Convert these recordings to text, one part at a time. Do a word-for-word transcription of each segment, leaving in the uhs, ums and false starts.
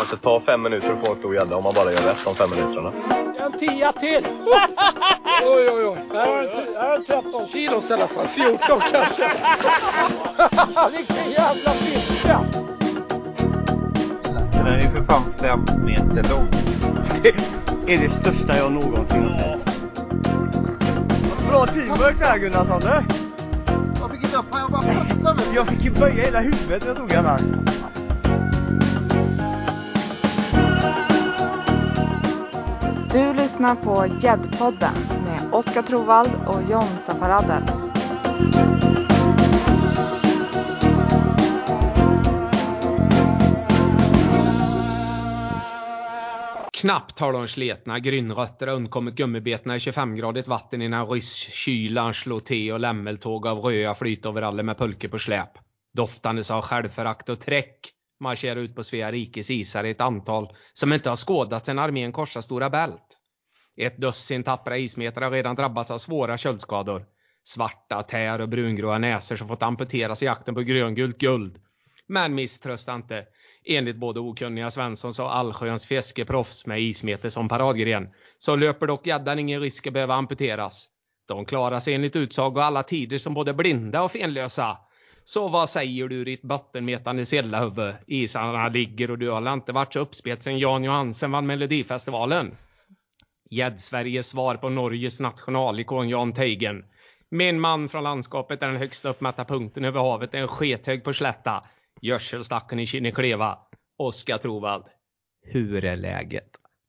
Fast det tar fem minuter att få en stor gädda om man bara gör rätt de fem minuterna. En tia till! Oj, oj, oj. Det här är en tretton kilos i alla fall. fjorton kanske. Vilken jävla fiska! Den är ju för fan fem meter lång. Det är det största jag någonsin har sett. Bra teamwork där, Gunnarsson, du! Jag fick inte upp, jag bara passade nu. Jag fick ju böja hela huvudet, jag tog den här. Du lyssnar på Gäddpodden med Oskar Trovald och John Safaradel. Knappt har de sletna grynrötter undkommit gummibetna i tjugofem-gradigt vatten innan rysskylan slår te och lämmeltåg av röda flytoveraller med pulker på släp. Doftandes av självförakt och träck marscherar ut på Svea rikes isar i ett antal som inte har skådat sedan armén korsar Stora Bält. Ett dussin tappra ismetrar har redan drabbats av svåra köldskador. Svarta tär och brungråa näsor som fått amputeras i jakten på gröngult guld. Men misströsta inte. Enligt både okunniga Svenssons och allsköns fiskeproffs med ismeter som paradgren så löper dock gäddan ingen risk att behöva amputeras. De klarar sig enligt utsag och alla tider som både blinda och fenlösa. Så vad säger du ditt bottenmetande sedlahuvud? Isarna ligger och du har inte varit så uppspelt sen Jan Johansen vann Melodifestivalen. Gädd-Sveriges svar på Norges nationalikon Jan Teigen. Min man från landskapet är den högsta uppmätta punkten över havet, en skethög på slätta. Gödselstacken i Kinnekleva. Oskar Trovald. Hur är läget?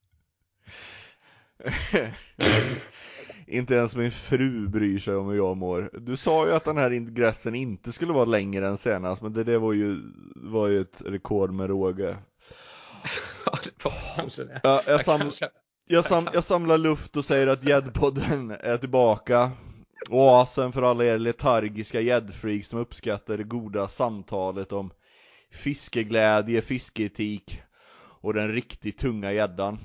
Inte ens min fru bryr sig om hur jag mår. Du sa ju att den här ingressen inte skulle vara längre än senast, men det, det var, ju, var ju ett rekord med råge. Ja, det var kanske det. Ja, jag, sam- kanske. jag, sam- jag samlar luft och säger att Gäddpodden är tillbaka. Oasen för alla er letargiska gäddfreaks som uppskattar det goda samtalet om fiskeglädje, fiskeetik och den riktigt tunga gäddan.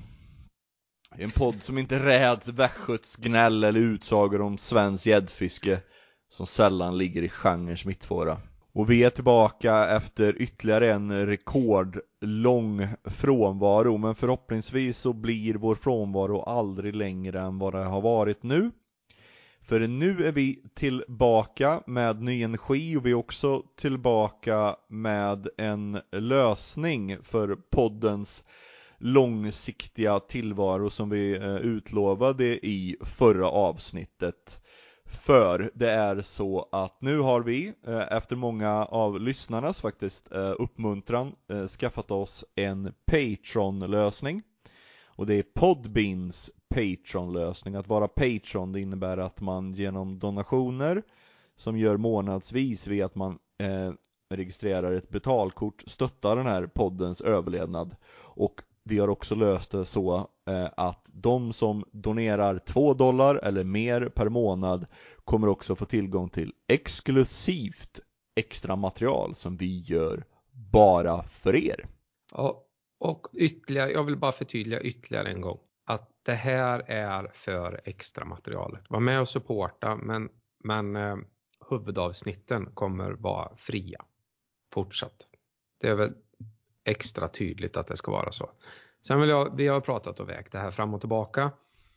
En podd som inte räds västgöts gnäll eller utsagor om svensk gäddfiske som sällan ligger i genrens mittfåra. Och vi är tillbaka efter ytterligare en rekordlång frånvaro, men förhoppningsvis så blir vår frånvaro aldrig längre än vad det har varit nu. För nu är vi tillbaka med ny energi och vi är också tillbaka med en lösning för poddens långsiktiga tillvaro som vi eh, utlovade i förra avsnittet. För det är så att nu har vi eh, efter många av lyssnarnas faktiskt eh, uppmuntran eh, skaffat oss en Patreon-lösning. Och det är Podbeans Patreon-lösning. Att vara Patreon, det innebär att man genom donationer som gör månadsvis vid att man eh, registrerar ett betalkort stöttar den här poddens överlevnad. Och vi har också löst det så eh, att de som donerar två dollar eller mer per månad kommer också få tillgång till exklusivt extra material som vi gör bara för er. Ja, och ytterligare, jag vill bara förtydliga ytterligare en gång att det här är för extra materialet. Var med och supporta, men, men eh, huvudavsnitten kommer vara fria fortsatt. Det är väl extra tydligt att det ska vara så. Sen vill jag, vi har pratat och vägt det här fram och tillbaka.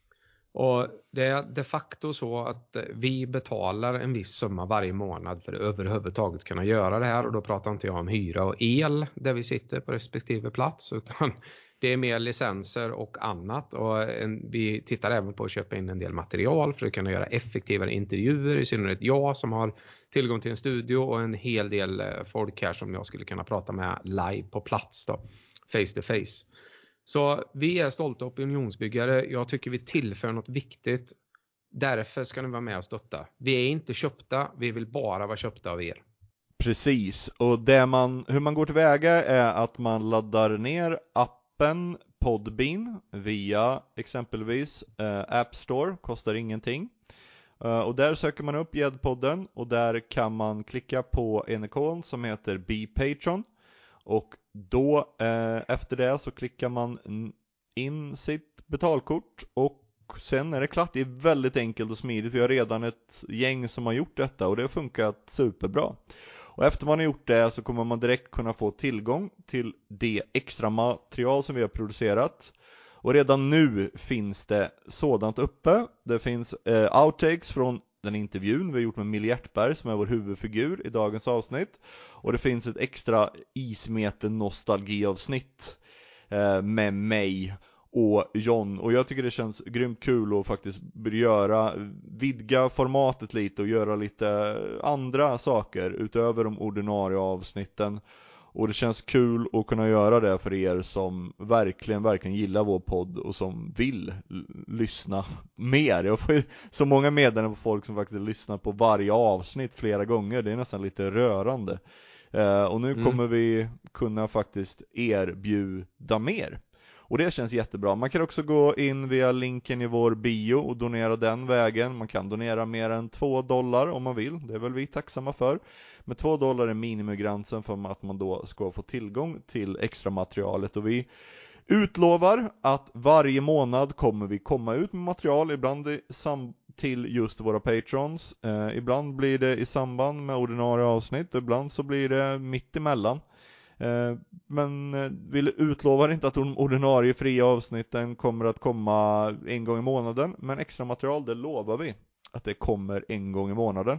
Och det är de facto så att vi betalar en viss summa varje månad för att överhuvudtaget kunna göra det här. Och då pratar inte jag om hyra och el där vi sitter på respektive plats, utan det är mer licenser och annat. Och en, vi tittar även på att köpa in en del material för att kunna göra effektivare intervjuer. I synnerhet jag som har tillgång till en studio och en hel del folk här som jag skulle kunna prata med live på plats då, face to face. Så vi är stolta opinionsbyggare. Jag tycker vi tillför något viktigt. Därför ska ni vara med och stötta. Vi är inte köpta, vi vill bara vara köpta av er. Precis, och det man, hur man går tillväga är att man laddar ner appen Podbean via exempelvis eh, App Store, kostar ingenting. Uh, och där söker man upp Gäddpodden och där kan man klicka på en ikon som heter Be Patreon. Och då eh, efter det så klickar man in sitt betalkort och sen är det klart. Det är väldigt enkelt och smidigt. Vi har redan ett gäng som har gjort detta och det har funkat superbra. Och efter man har gjort det så kommer man direkt kunna få tillgång till det extra material som vi har producerat. Och redan nu finns det sådant uppe. Det finns eh, outtakes från den intervjun vi har gjort med Mille Hjertberg som är vår huvudfigur i dagens avsnitt. Och det finns ett extra ismeten nostalgiavsnitt eh, med mig och John. Och jag tycker det känns grymt kul att faktiskt göra, vidga formatet lite och göra lite andra saker utöver de ordinarie avsnitten. Och det känns kul att kunna göra det för er som verkligen, verkligen gillar vår podd och som vill l- lyssna mer. Jag får ju så många meddelanden på folk som faktiskt lyssnar på varje avsnitt flera gånger. Det är nästan lite rörande. Eh, och nu mm. kommer vi kunna faktiskt erbjuda mer. Och det känns jättebra. Man kan också gå in via länken i vår bio och donera den vägen. Man kan donera mer än två dollar om man vill. Det är väl vi tacksamma för. Men två dollar är minimigränsen för att man då ska få tillgång till extra materialet. Och vi utlovar att varje månad kommer vi komma ut med material. Ibland i sam- till just våra patrons. Eh, ibland blir det i samband med ordinarie avsnitt. Och ibland så blir det mitt emellan. Men vi utlovar inte att de ordinarie fria avsnitten kommer att komma en gång i månaden. Men extra material, det lovar vi att det kommer en gång i månaden.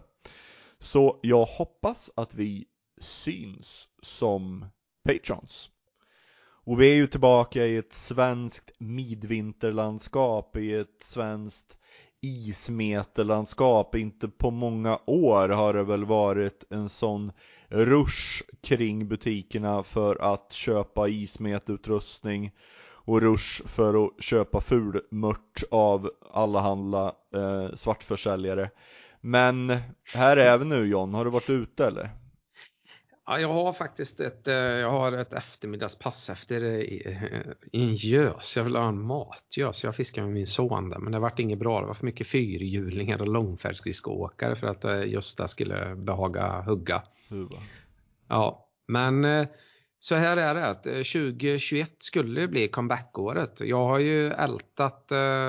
Så jag hoppas att vi syns som patrons. Och vi är ju tillbaka i ett svenskt midvinterlandskap, i ett svenskt ismeterlandskap. Inte på många år har det väl varit en sån rush kring butikerna för att köpa ismetutrustning och rush för att köpa fulmört av allahandla eh, svartförsäljare. Men här är vi nu, John. Har du varit ute eller? Ja, jag har faktiskt ett, jag har ett eftermiddagspass efter i en gös. Jag vill ha en matgös. Jag fiskar med min son där, men det vart inget bra. Det var för mycket fyrhjulingar och långfärdsskridskoåkare för att Gösta skulle behaga hugga. Huva. Ja, men så här är det att tjugo tjugoett skulle bli comeback-året. Jag har ju ältat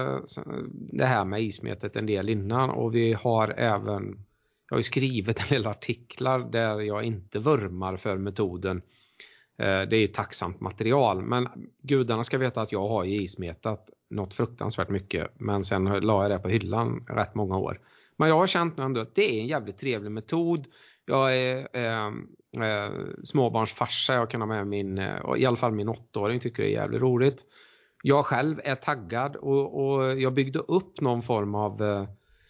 det här med ismetet en del innan och vi har även... Jag har ju skrivit en del artiklar där jag inte vurmar för metoden. Det är ju tacksamt material. Men gudarna ska veta att jag har ju ismetat något fruktansvärt mycket. Men sen la jag det på hyllan rätt många år. Men jag har känt nu ändå att det är en jävligt trevlig metod. Jag är eh, eh, småbarnsfarsa. Jag kan ha med min, i alla fall min åttaåring tycker det är jävligt roligt. Jag själv är taggad och, och jag byggde upp någon form av... Eh,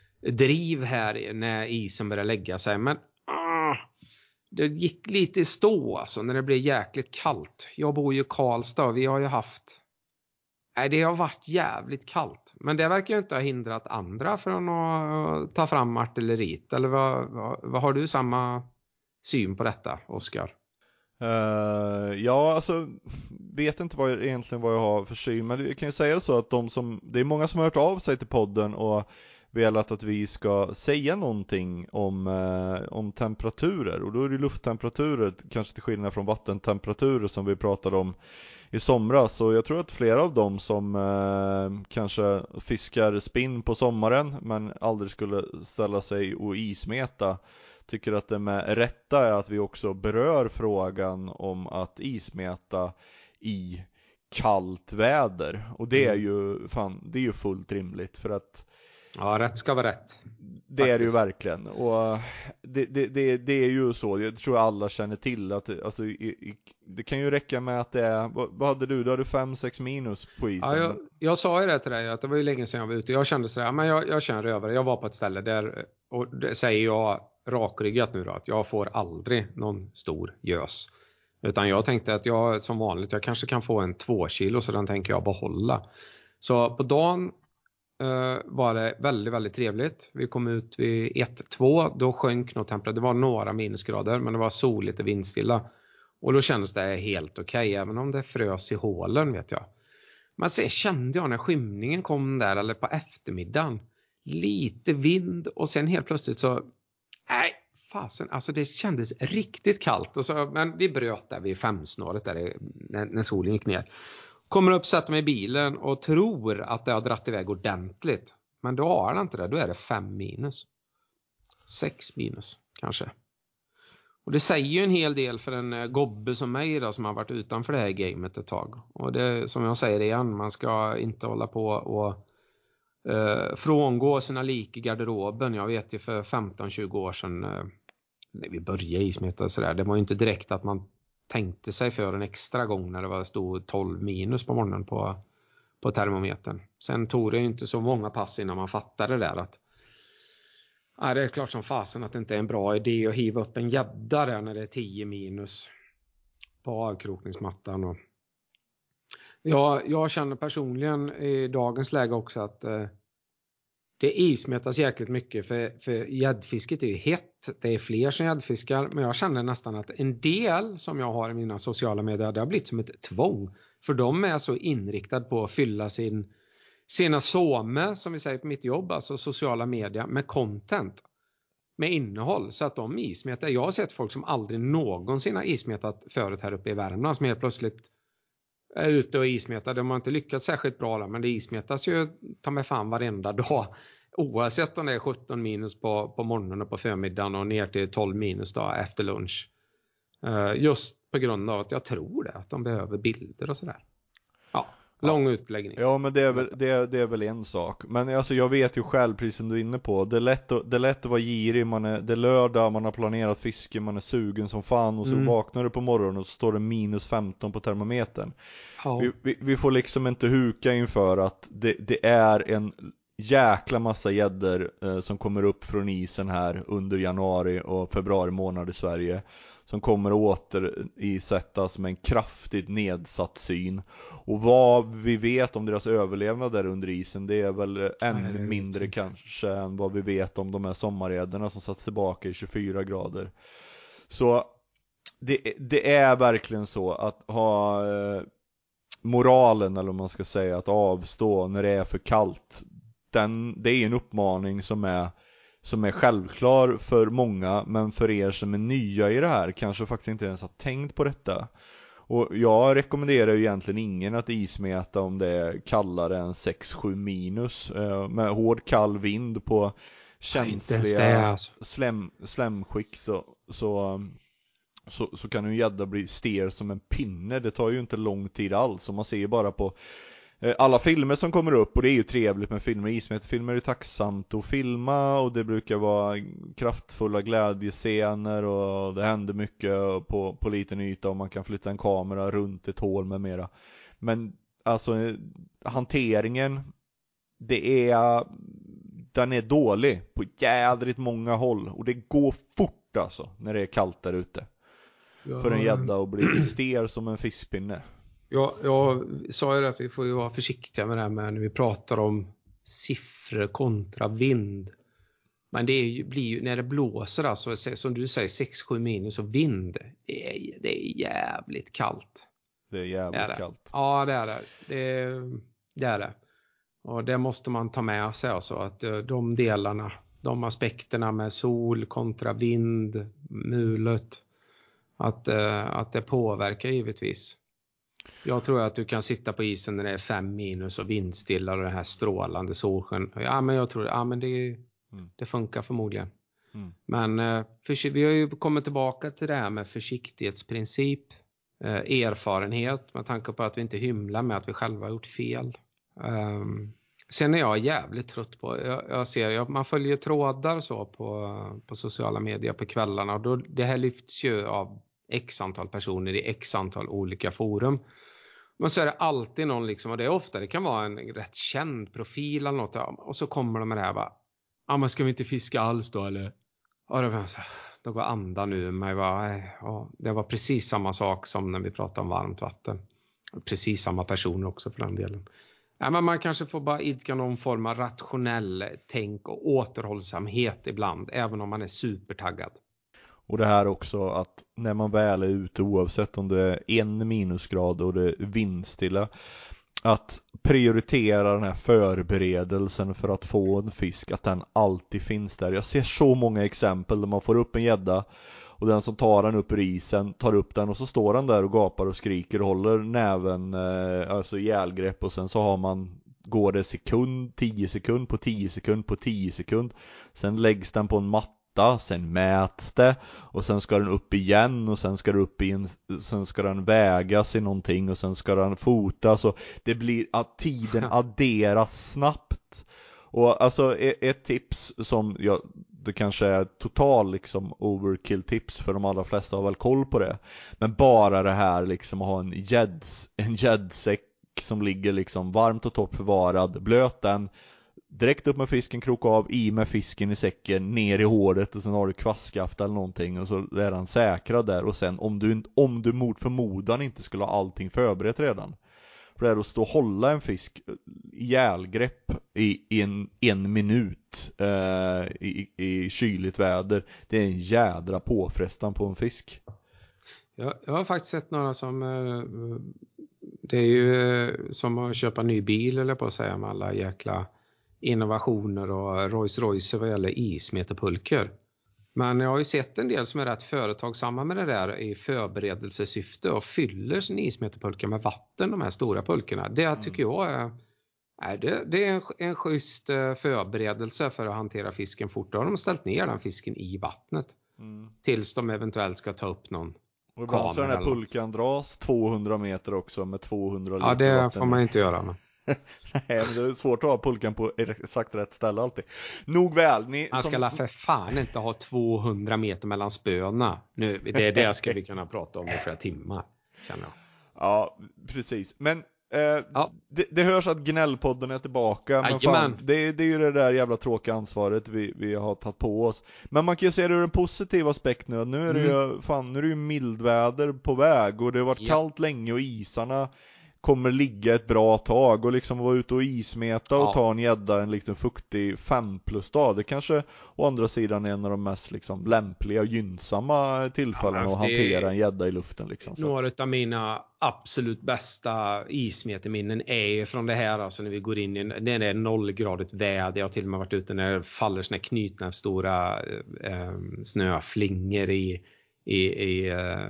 driv här när isen började lägga sig. Men ah, det gick lite i stå alltså, när det blev jäkligt kallt. Jag bor ju i Karlstad. Vi har ju haft... Nej, det har varit jävligt kallt. Men det verkar ju inte ha hindrat andra från att ta fram artilleriet. Eller vad, vad, vad har du samma syn på detta, Oskar? Uh, ja, alltså vet inte vad jag, egentligen vad jag har för syn. Men jag kan ju säga så att de som, det är många som har hört av sig till podden och velat att vi ska säga någonting om, eh, om temperaturer. Och då är det lufttemperaturer, kanske till skillnad från vattentemperaturer som vi pratade om i somras. Så jag tror att flera av dem som eh, kanske fiskar spinn på sommaren men aldrig skulle ställa sig och ismeta tycker att det med rätta är att vi också berör frågan om att ismeta i kallt väder. Och det är ju, fan, det är ju fullt rimligt för att ja, rätt ska vara rätt. Det faktiskt. Är det ju verkligen. Och det, det, det, det är ju så, jag tror alla känner till att det, alltså, i, i, det kan ju räcka med att det är, vad, vad hade du? Då hade du fem sex minus på isen. Ja, jag, jag sa ju det till dig att det var ju länge sedan jag var ute. Jag kände sådär, men jag, jag känner över det. Jag var på ett ställe där, och det säger jag rakryggat nu då, att jag får aldrig någon stor gös. Utan jag tänkte att jag som vanligt, jag kanske kan få en två kilo så den tänker jag behålla. Så på dagen Uh, var det väldigt, väldigt trevligt. Vi kom ut vid ett två. Då sjönk nog temperaturen. Det var några minusgrader, men det var soligt och vindstilla. Och då kändes det helt okej, okay, även om det frös i hålen, vet jag. Men sen kände jag när skymningen kom där, eller på eftermiddagen, lite vind och sen helt plötsligt så nej, fasen, alltså det kändes riktigt kallt. Och så, men vi bröt där vid femsnåret där när, när solen gick ner. Kommer upp, sätter mig i bilen och tror att det har dratt iväg ordentligt. Men då har det inte det. Då är det fem minus. Sex minus kanske. Och det säger ju en hel del för en gobbe som mig då, som har varit utanför det här gamet ett tag. Och det, som jag säger igen, man ska inte hålla på och eh, frångå sina lik i garderoben. Jag vet ju för femton tjugo år sedan eh, när vi började ismeta sådär, det var ju inte direkt att man tänkte sig för en extra gång när det var stod tolv minus på morgonen på, på termometern. Sen tog det ju inte så många pass innan man fattade det där att ja, det är klart som fasen att det inte är en bra idé att hiva upp en gädda där när det är tio minus på avkrokningsmattan. Och jag, jag känner personligen i dagens läge också att eh, det ismetas jäkligt mycket för, för gäddfisket är ju hett. Det är fler som gäddfiskar, men jag känner nästan att en del som jag har i mina sociala medier, det har blivit som ett tvång. För de är så inriktade på att fylla sin sina some, som vi säger på mitt jobb, alltså sociala medier, med content, med innehåll, så att de ismetar. Jag har sett folk som aldrig någonsin har ismetat förut här uppe i Värmland som helt plötsligt är ute och ismetar. De har inte lyckats särskilt bra där, men det ismetas ju ta med fan varenda dag, oavsett om det är sjutton minus på, på morgonen och på förmiddagen och ner till tolv minus då efter lunch. Uh, just på grund av att jag tror det, att de behöver bilder och sådär. Ja. Lång utläggning. Ja, men det är, väl, det, är, det är väl en sak. Men alltså jag vet ju själv, precis som du är inne på, det är lätt att, det är lätt att vara girig. Man är, det är lördag, man har planerat fiske, man är sugen som fan. Och så mm. vaknar du på morgonen och så står det minus femton på termometern. Ja. Vi, vi, vi får liksom inte huka inför att det, det är en jäkla massa gäddor eh, som kommer upp från isen här under januari och februari månad i Sverige. Som kommer åter isättas med en kraftigt nedsatt syn. Och vad vi vet om deras överlevnad där under isen, det är väl ännu Nej, mindre kanske än vad vi vet om de här sommargäddorna som satt tillbaka i tjugofyra grader. Så det, det är verkligen så att ha eh, moralen, eller om man ska säga, att avstå när det är för kallt. Den, det är en uppmaning som är som är självklar för många, men för er som är nya i det här kanske faktiskt inte ens har tänkt på detta. Och jag rekommenderar ju egentligen ingen att ismäta om det är kallare än sex sju minus med hård kall vind på känsliga slem, slemskick så, så, så, så kan ju gädda bli stel som en pinne. Det tar ju inte lång tid alls, och man ser ju bara på alla filmer som kommer upp, och det är ju trevligt med filmer. Ismätfilmer är tacksamt att filma, och det brukar vara kraftfulla glädjescener och det händer mycket på, på liten yta, och man kan flytta en kamera runt ett hål med mera. Men alltså hanteringen, det är den är dålig på jädrigt många håll, och det går fort alltså när det är kallt där ute. Ja. För en gädda att bli stel som en fiskpinne. Ja, jag sa ju att vi får ju vara försiktiga med det här med när vi pratar om siffror kontra vind. Men det är ju, blir ju, när det blåser alltså, som du säger, sex sju minus och vind, det är, det är jävligt kallt. Det är jävligt det är det. kallt. Ja, det är det. det är, det är det. Och det måste man ta med sig alltså, att de delarna, de aspekterna med sol kontra vind, mulet, att, att det påverkar givetvis. Jag tror att du kan sitta på isen när det är fem minus och vindstilla och det här strålande solsken. Ja, men jag tror ja, men det, mm. det funkar förmodligen. Mm. Men för, vi har ju kommit tillbaka till det här med försiktighetsprincip, eh, erfarenhet, med tanke på att vi inte hymlar med att vi själva har gjort fel. Um, sen är jag jävligt trött på, jag, jag ser, jag, man följer trådar så på, på sociala medier på kvällarna, och då, det här lyfts ju av x antal personer i x antal olika forum. Men så är det alltid någon liksom, och det är ofta, det kan vara en rätt känd profil eller något, och så kommer de med det här bara, ja men ska vi inte fiska alls då eller? Ja, det var så, då går andan nu mig bara, ja, det var precis samma sak som när vi pratade om varmt vatten. Precis samma personer också för den delen. Ja, men man kanske får bara idka någon form av rationell tänk och återhållsamhet ibland, även om man är supertaggad. Och det här också att när man väl är ute, oavsett om det är en minusgrad och det är vindstilla, att prioritera den här förberedelsen för att få en fisk, att den alltid finns där. Jag ser så många exempel där man får upp en gädda och den som tar den upp ur isen tar upp den, och så står den där och gapar och skriker och håller näven, eh, alltså ihjälgrepp, och sen så har man, går det sekund, tio sekund på tio sekund på tio sekund, sen läggs den på en matta mäta, sen mäts det och sen ska den upp igen och sen ska det upp i en, sen ska den vägas i någonting och sen ska den fotas och det blir att tiden adderas snabbt. Och alltså ett tips som jag, det kanske är total liksom overkill tips för de allra flesta har väl koll på det. Men bara det här liksom att ha en gädds, en gäddsäck som ligger liksom varmt och torrt förvarad, blöt den, direkt upp med fisken, kroka av, i med fisken i säcken, ner i håret och sen har du kvastskaft eller någonting och så är den säkrad där och sen om du, om du mot förmodan inte skulle ha allting förberett redan. För det är att stå och hålla en fisk i järgrepp i, i en, en minut eh, i, i kyligt väder. Det är en jädra påfrestan på en fisk. Jag, jag har faktiskt sett några som eh, det är ju som att köpa ny bil eller på att säga med alla jäkla innovationer och Rolls Royce vad gäller ismeterpulker. Men jag har ju sett en del som är rätt företagsamma med det där i förberedelsesyfte och fyller sin ismeterpulka med vatten, de här stora pulkerna. Det tycker mm. jag är, är, det, det är en, en schysst förberedelse för att hantera fisken fort. Då har de ställt ner den fisken i vattnet mm. tills de eventuellt ska ta upp någon. Och ibland så den här pulkan dras tvåhundra meter också med tvåhundra liter vatten. Ja, det vatten får man inte göra med. Nej, men det är svårt att ha pulkan på exakt rätt ställe alltid. Nog väl. Ni, Man ska som... la för fan inte ha tvåhundra meter mellan spöna. Nu, det är det ska vi kunna prata om i flera timmar, känner jag. Ja, precis. Men eh, ja. Det, det hörs att gnällpodden är tillbaka. Men fan, det, det är ju det där jävla tråkiga ansvaret vi, vi har tagit på oss. Men man kan ju se det ur en positiv aspekt nu. Nu är det mm. ju, fan, nu är det ju mildväder på väg och det har varit ja. kallt länge och isarna kommer ligga ett bra tag och liksom vara ute och ismeta och ja. ta en gädda en liten fuktig fem plus dag. Det kanske å andra sidan är en av de mest liksom lämpliga och gynnsamma tillfällen ja, att hantera en gädda i luften. Liksom. Några av mina absolut bästa ismeterminnen är från det här, alltså när vi går in i när det är nollgradigt väder. Jag har till och med varit ute när det faller såna knutna stora eh, snöflingor i, i, i, eh,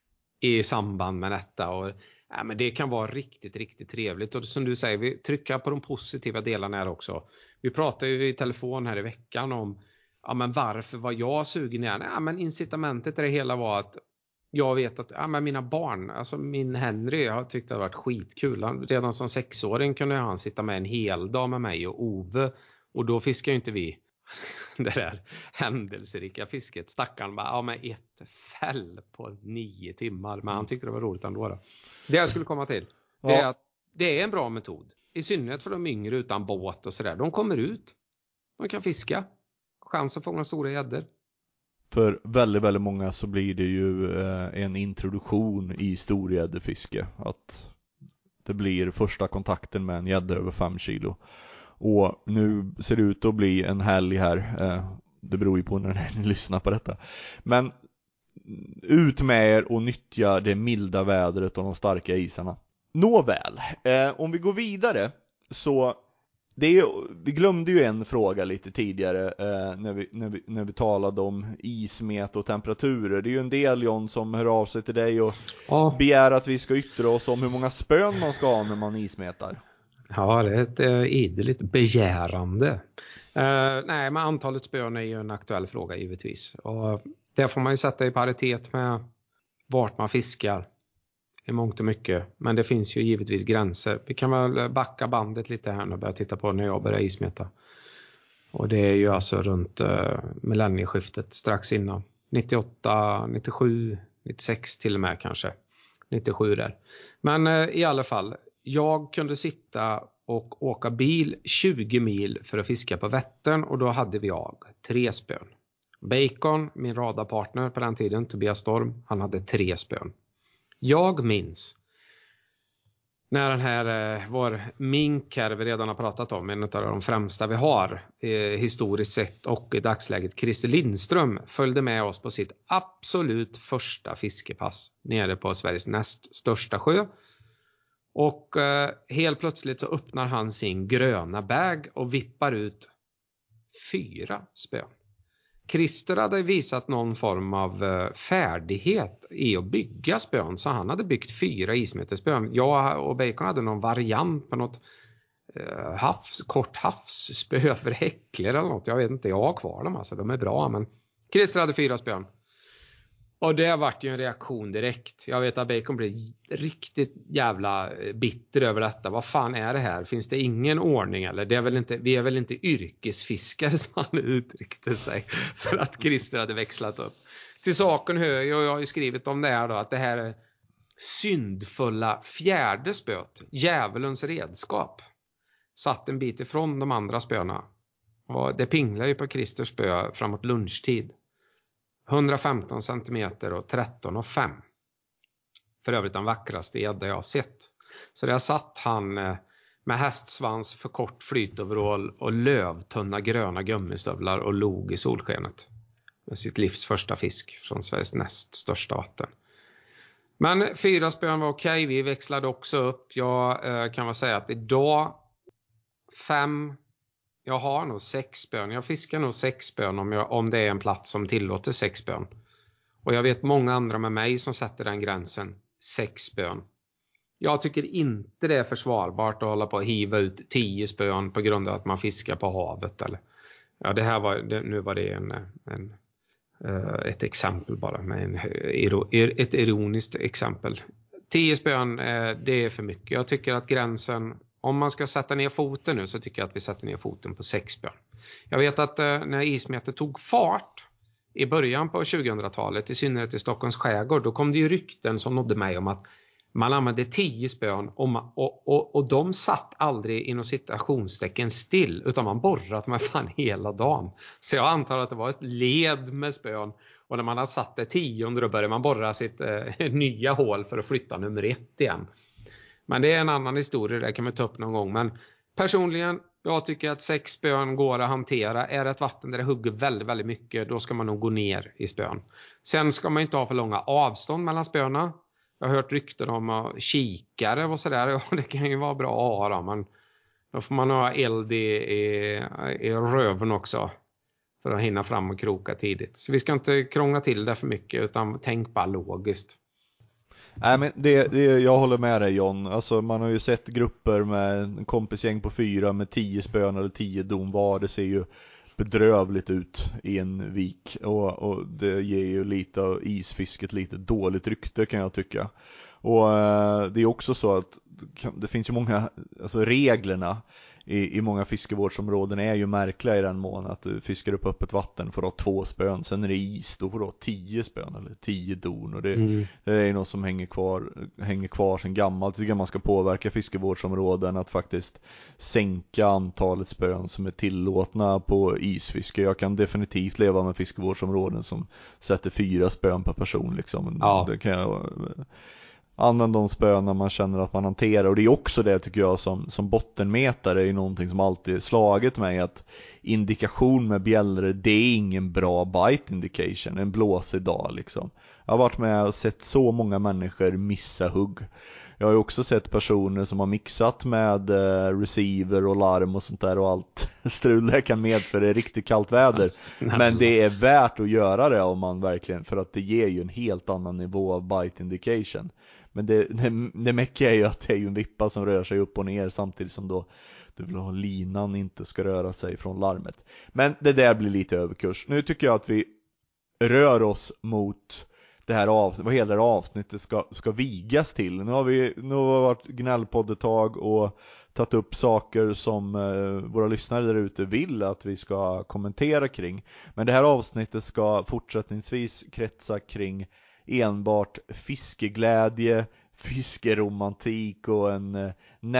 i samband med detta och ja, men det kan vara riktigt, riktigt trevligt. Och som du säger, vi trycker på de positiva delarna här också. Vi pratade ju i telefon här i veckan om ja, men varför var jag sugen igen? Ja, men incitamentet i det hela var att jag vet att ja, men mina barn, alltså min Henry, jag tyckte det var skitkul. Han, redan som sexåring kunde han sitta med en hel dag med mig och Ove. Och då fiskar ju inte vi det där händelserika fisket. Stackarn bara, ja men ett fäll på nio timmar. Men han tyckte det var roligt ändå då. Det jag skulle komma till, det är att det är en bra metod. I synnerhet för de yngre utan båt och sådär. De kommer ut, de kan fiska. Chans att få några stora gäddor. För väldigt, väldigt många så blir det ju eh, en introduktion i storgäddefiske. Att det blir första kontakten med en gädda över fem kilo. Och nu ser det ut att bli en helg här. Eh, det beror ju på när ni lyssnar på detta. Men ut med er och nyttja det milda vädret och de starka isarna. Nåväl, eh, om vi går vidare så det är, vi glömde ju en fråga lite tidigare eh, när, vi, när, vi, när vi talade om ismet och temperaturer. Det är ju en del, John, som hör av sig till dig och ja. begär att vi ska yttra oss om hur många spön man ska ha när man ismetar. Ja, det är ett äh, idligt begärande. Uh, nej, men antalet spön är ju en aktuell fråga givetvis. Och det får man ju sätta i paritet med vart man fiskar i mångt och mycket. Men det finns ju givetvis gränser. Vi kan väl backa bandet lite här och börja titta på när jag börjar ismeta. Och det är ju alltså runt uh, millennieskiftet strax innan. nittioåtta, nittiosju, nittiosex till och med kanske. nittiosju där. Men uh, i alla fall, jag kunde sitta och åka bil tjugo mil för att fiska på Vättern och då hade vi jag tre spön. Bacon, min radarpartner på den tiden, Tobias Storm, han hade tre spön. Jag minns när den här, eh, vår mink här vi redan har pratat om, en av de främsta vi har eh, historiskt sett och i dagsläget, Christer Lindström, följde med oss på sitt absolut första fiskepass nere på Sveriges näst största sjö. Och eh, helt plötsligt så öppnar han sin gröna bag och vippar ut fyra spön. Christer hade visat någon form av eh, färdighet i att bygga spön, så han hade byggt fyra ismeterspön. Jag och Bacon hade någon variant på något eh, havs, kort havsspö över häckler eller något. Jag vet inte, jag har kvar dem alltså, de är bra, men Christer hade fyra spön. Och det vart ju en reaktion direkt. Jag vet att Bacon blev riktigt jävla bitter över detta. Vad fan är det här? Finns det ingen ordning eller? Det är väl inte, vi är väl inte yrkesfiskare, som han uttryckte sig. För att Christer hade växlat upp. Till saken hör jag, och jag har ju skrivit om det här då, att det här är syndfulla fjärde spöt. Djävulens redskap. Satt en bit ifrån de andra spöna. Och det pinglar ju på Christers spö framåt lunchtid. hundrafemton centimeter och tretton och fem. För övrigt den vackraste gädda jag har sett. Så där satt han med hästsvans, för kort flytoverall och lövtunna gröna gummistövlar och log i solskenet. Med sitt livs första fisk från Sveriges näst största vatten. Men fyra spön var okej. Vi växlade också upp. Jag eh, kan väl säga att idag fem... Jag har nog sex spön. Jag fiskar nog sex spön om, jag, om det är en plats som tillåter sex spön. Och jag vet många andra med mig som sätter den gränsen. Sex spön. Jag tycker inte det är försvarbart att hålla på att hiva ut tio spön på grund av att man fiskar på havet. Eller. Ja, det här var, det, nu var det en, en, ett exempel bara. Med en, ett ironiskt exempel. Tio spön, det är för mycket. Jag tycker att gränsen... Om man ska sätta ner foten nu så tycker jag att vi sätter ner foten på sex spön. Jag vet att eh, när ismeter tog fart i början på tjugohundratalet, i synnerhet i Stockholms skärgård, då kom det ju rykten som nådde mig om att man använde tio spön och, man, och, och, och de satt aldrig inom citationstecken still, utan man borrat med fan hela dagen. Så jag antar att det var ett led med spön, och när man har satt det tionde då börjar man borra sitt eh, nya hål för att flytta nummer ett igen. Men det är en annan historia, det kan vi ta upp någon gång. Men personligen, jag tycker att sex spön går att hantera. Är det ett vatten där det hugger väldigt, väldigt mycket, då ska man nog gå ner i spön. Sen ska man inte ha för långa avstånd mellan spöna. Jag har hört rykten om kikare och sådär. Ja, det kan ju vara bra att ha då, men då får man ha eld i, i, i röven också. För att hinna fram och kroka tidigt. Så vi ska inte krångla till det för mycket, utan tänk bara logiskt. Nej, men det, det, jag håller med dig, John. Alltså, man har ju sett grupper med en kompisgäng på fyra med tio spön eller tio dom var. Det ser ju bedrövligt ut i en vik. Och, och det ger ju lite av isfisket lite dåligt rykte, kan jag tycka. Och eh, det är också så att det finns ju många, alltså reglerna i, i många fiskevårdsområden är ju märkliga i den mån att du fiskar upp öppet vatten för att ha två spön, sen är det is, då får du ha tio spön eller tio don, och det, mm. det är något som hänger kvar, hänger kvar sedan gammalt. Jag tycker man ska påverka fiskevårdsområden att faktiskt sänka antalet spön som är tillåtna på isfiske. Jag kan definitivt leva med fiskevårdsområden som sätter fyra spön per person liksom. Ja. Det kan jag... Använd de spöna man känner att man hanterar. Och det är också det, tycker jag, som, som bottenmätare är ju någonting som alltid slagit mig, att indikation med bjällror, det är ingen bra bite indication, en blåsig dag liksom. Jag har varit med och sett så många människor missa hugg. Jag har ju också sett personer som har mixat med eh, receiver och larm och sånt där, och allt strul det kan medföra riktigt kallt väder. Men det är värt att göra det om man verkligen, för att det ger ju en helt annan nivå av bite indication. Men det, det, det mäckiga är ju att det är ju en vippa som rör sig upp och ner samtidigt som då du vill ha linan inte ska röra sig från larmet. Men det där blir lite överkurs. Nu tycker jag att vi rör oss mot det här av, vad hela det här avsnittet ska, ska vigas till. Nu har vi nu har vi varit gnällpodd ett tag och tagit upp saker som eh, våra lyssnare där ute vill att vi ska kommentera kring. Men det här avsnittet ska fortsättningsvis kretsa kring enbart fiskeglädje, fiskeromantik och en eh,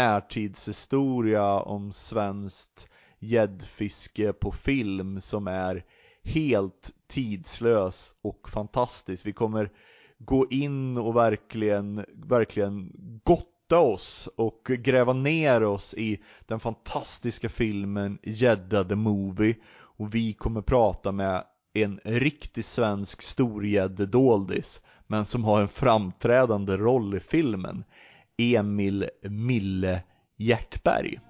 närtidshistoria om svenskt gäddfiske på film som är helt tidslös och fantastisk. Vi kommer gå in och verkligen, verkligen gotta oss och gräva ner oss i den fantastiska filmen Gädda the Movie, och vi kommer prata med en riktig svensk storgäddedoldis, men som har en framträdande roll i filmen, Emil Mille Hjertberg.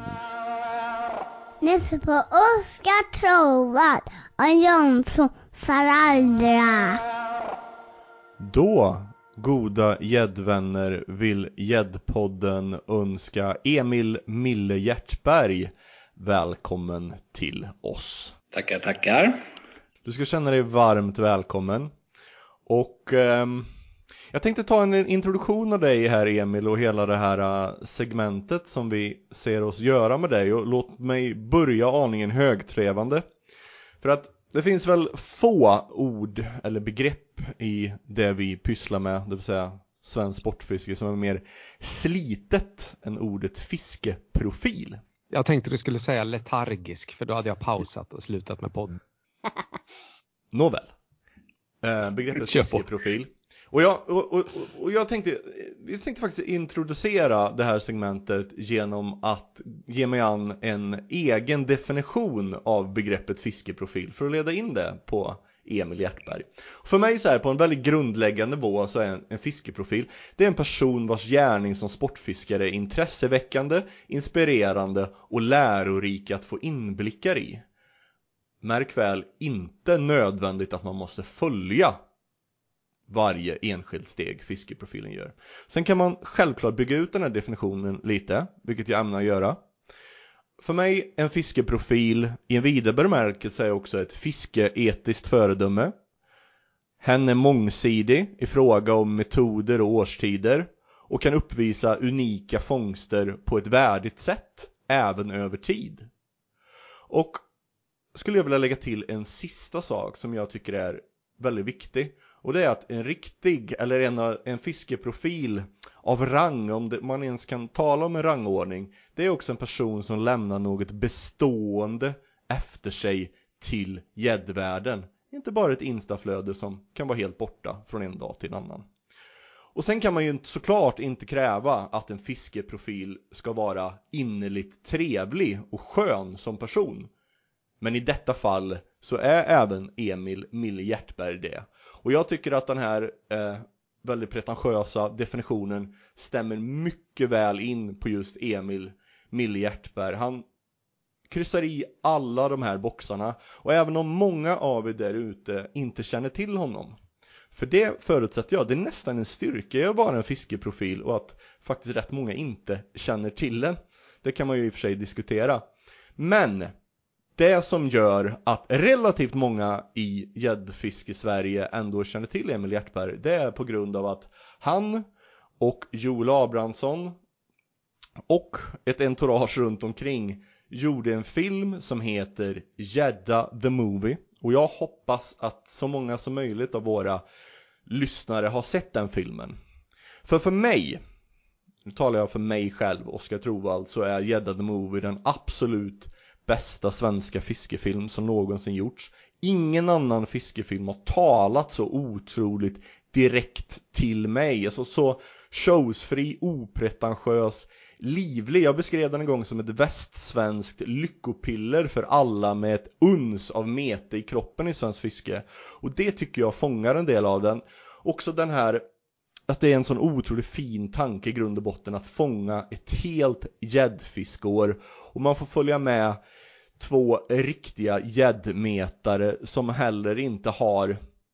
Lyssna på Oskar Trovad och Jonsson Faraldra. Då, goda gäddvänner, vill Gäddpodden önska Emil Mille Hjertberg välkommen till oss. Tackar, tackar. Du ska känna dig varmt välkommen. Och ehm, jag tänkte ta en introduktion av dig här, Emil, och hela det här segmentet som vi ser oss göra med dig. Och låt mig börja aningen högträvande. För att det finns väl få ord eller begrepp i det vi pysslar med, det vill säga svensk sportfiske, som är mer slitet än ordet fiskeprofil. Jag tänkte du skulle säga letargisk, för då hade jag pausat och slutat med podden. Nåväl. Eh, begreppet fiskeprofil. Och jag, och, och, och jag, tänkte, jag tänkte faktiskt introducera det här segmentet genom att ge mig an en egen definition av begreppet fiskeprofil för att leda in det på Emil Hjertberg. För mig så här, på en väldigt grundläggande nivå, så är en, en fiskeprofil, det är en person vars gärning som sportfiskare är intresseväckande, inspirerande och lärorik att få inblickar i. Märk väl, inte nödvändigt att man måste följa varje enskilt steg fiskeprofilen gör. Sen kan man självklart bygga ut den här definitionen lite, vilket jag ämnar göra. För mig, en fiskeprofil i en vidare bemärkelse är också ett fiskeetiskt föredöme. Hen är mångsidig i fråga om metoder och årstider och kan uppvisa unika fångster på ett värdigt sätt, även över tid. Och skulle jag vilja lägga till en sista sak som jag tycker är väldigt viktig. Och det är att en riktig, eller en, en fiskeprofil av rang, om det, man ens kan tala om en rangordning, det är också en person som lämnar något bestående efter sig till gäddvärlden. Inte bara ett instaflöde som kan vara helt borta från en dag till en annan. Och sen kan man ju såklart inte kräva att en fiskeprofil ska vara innerligt trevlig och skön som person. Men i detta fall så är även Emil Mille Hjertberg det. Och jag tycker att den här eh, väldigt pretentiösa definitionen stämmer mycket väl in på just Emil Mille Hjertberg. Han kryssar i alla de här boxarna. Och även om många av er där ute inte känner till honom, för det förutsätter jag, det är nästan en styrka att vara en fiskeprofil och att faktiskt rätt många inte känner till den. Det kan man ju i och för sig diskutera. Men det som gör att relativt många i gäddfiske i Sverige ändå känner till Emil Hjertberg, det är på grund av att han och Joel Abrahamsson och ett entourage runt omkring gjorde en film som heter Gädda the Movie. Och jag hoppas att så många som möjligt av våra lyssnare har sett den filmen. För för mig, nu talar jag för mig själv, Oskar Trovald, så är Gädda the Movie den absolut bästa svenska fiskefilm som någonsin gjorts. Ingen annan fiskefilm har talat så otroligt direkt till mig. Alltså så showsfri, opretentiös, livlig. Jag beskrev den en gång som ett västsvenskt lyckopiller för alla med ett uns av mete i kroppen i svensk fiske. Och det tycker jag fångar en del av den. Också den här, att det är en sån otroligt fin tanke i grund och botten att fånga ett helt gäddfiskår. Och man får följa med två riktiga gäddmetare som heller inte har,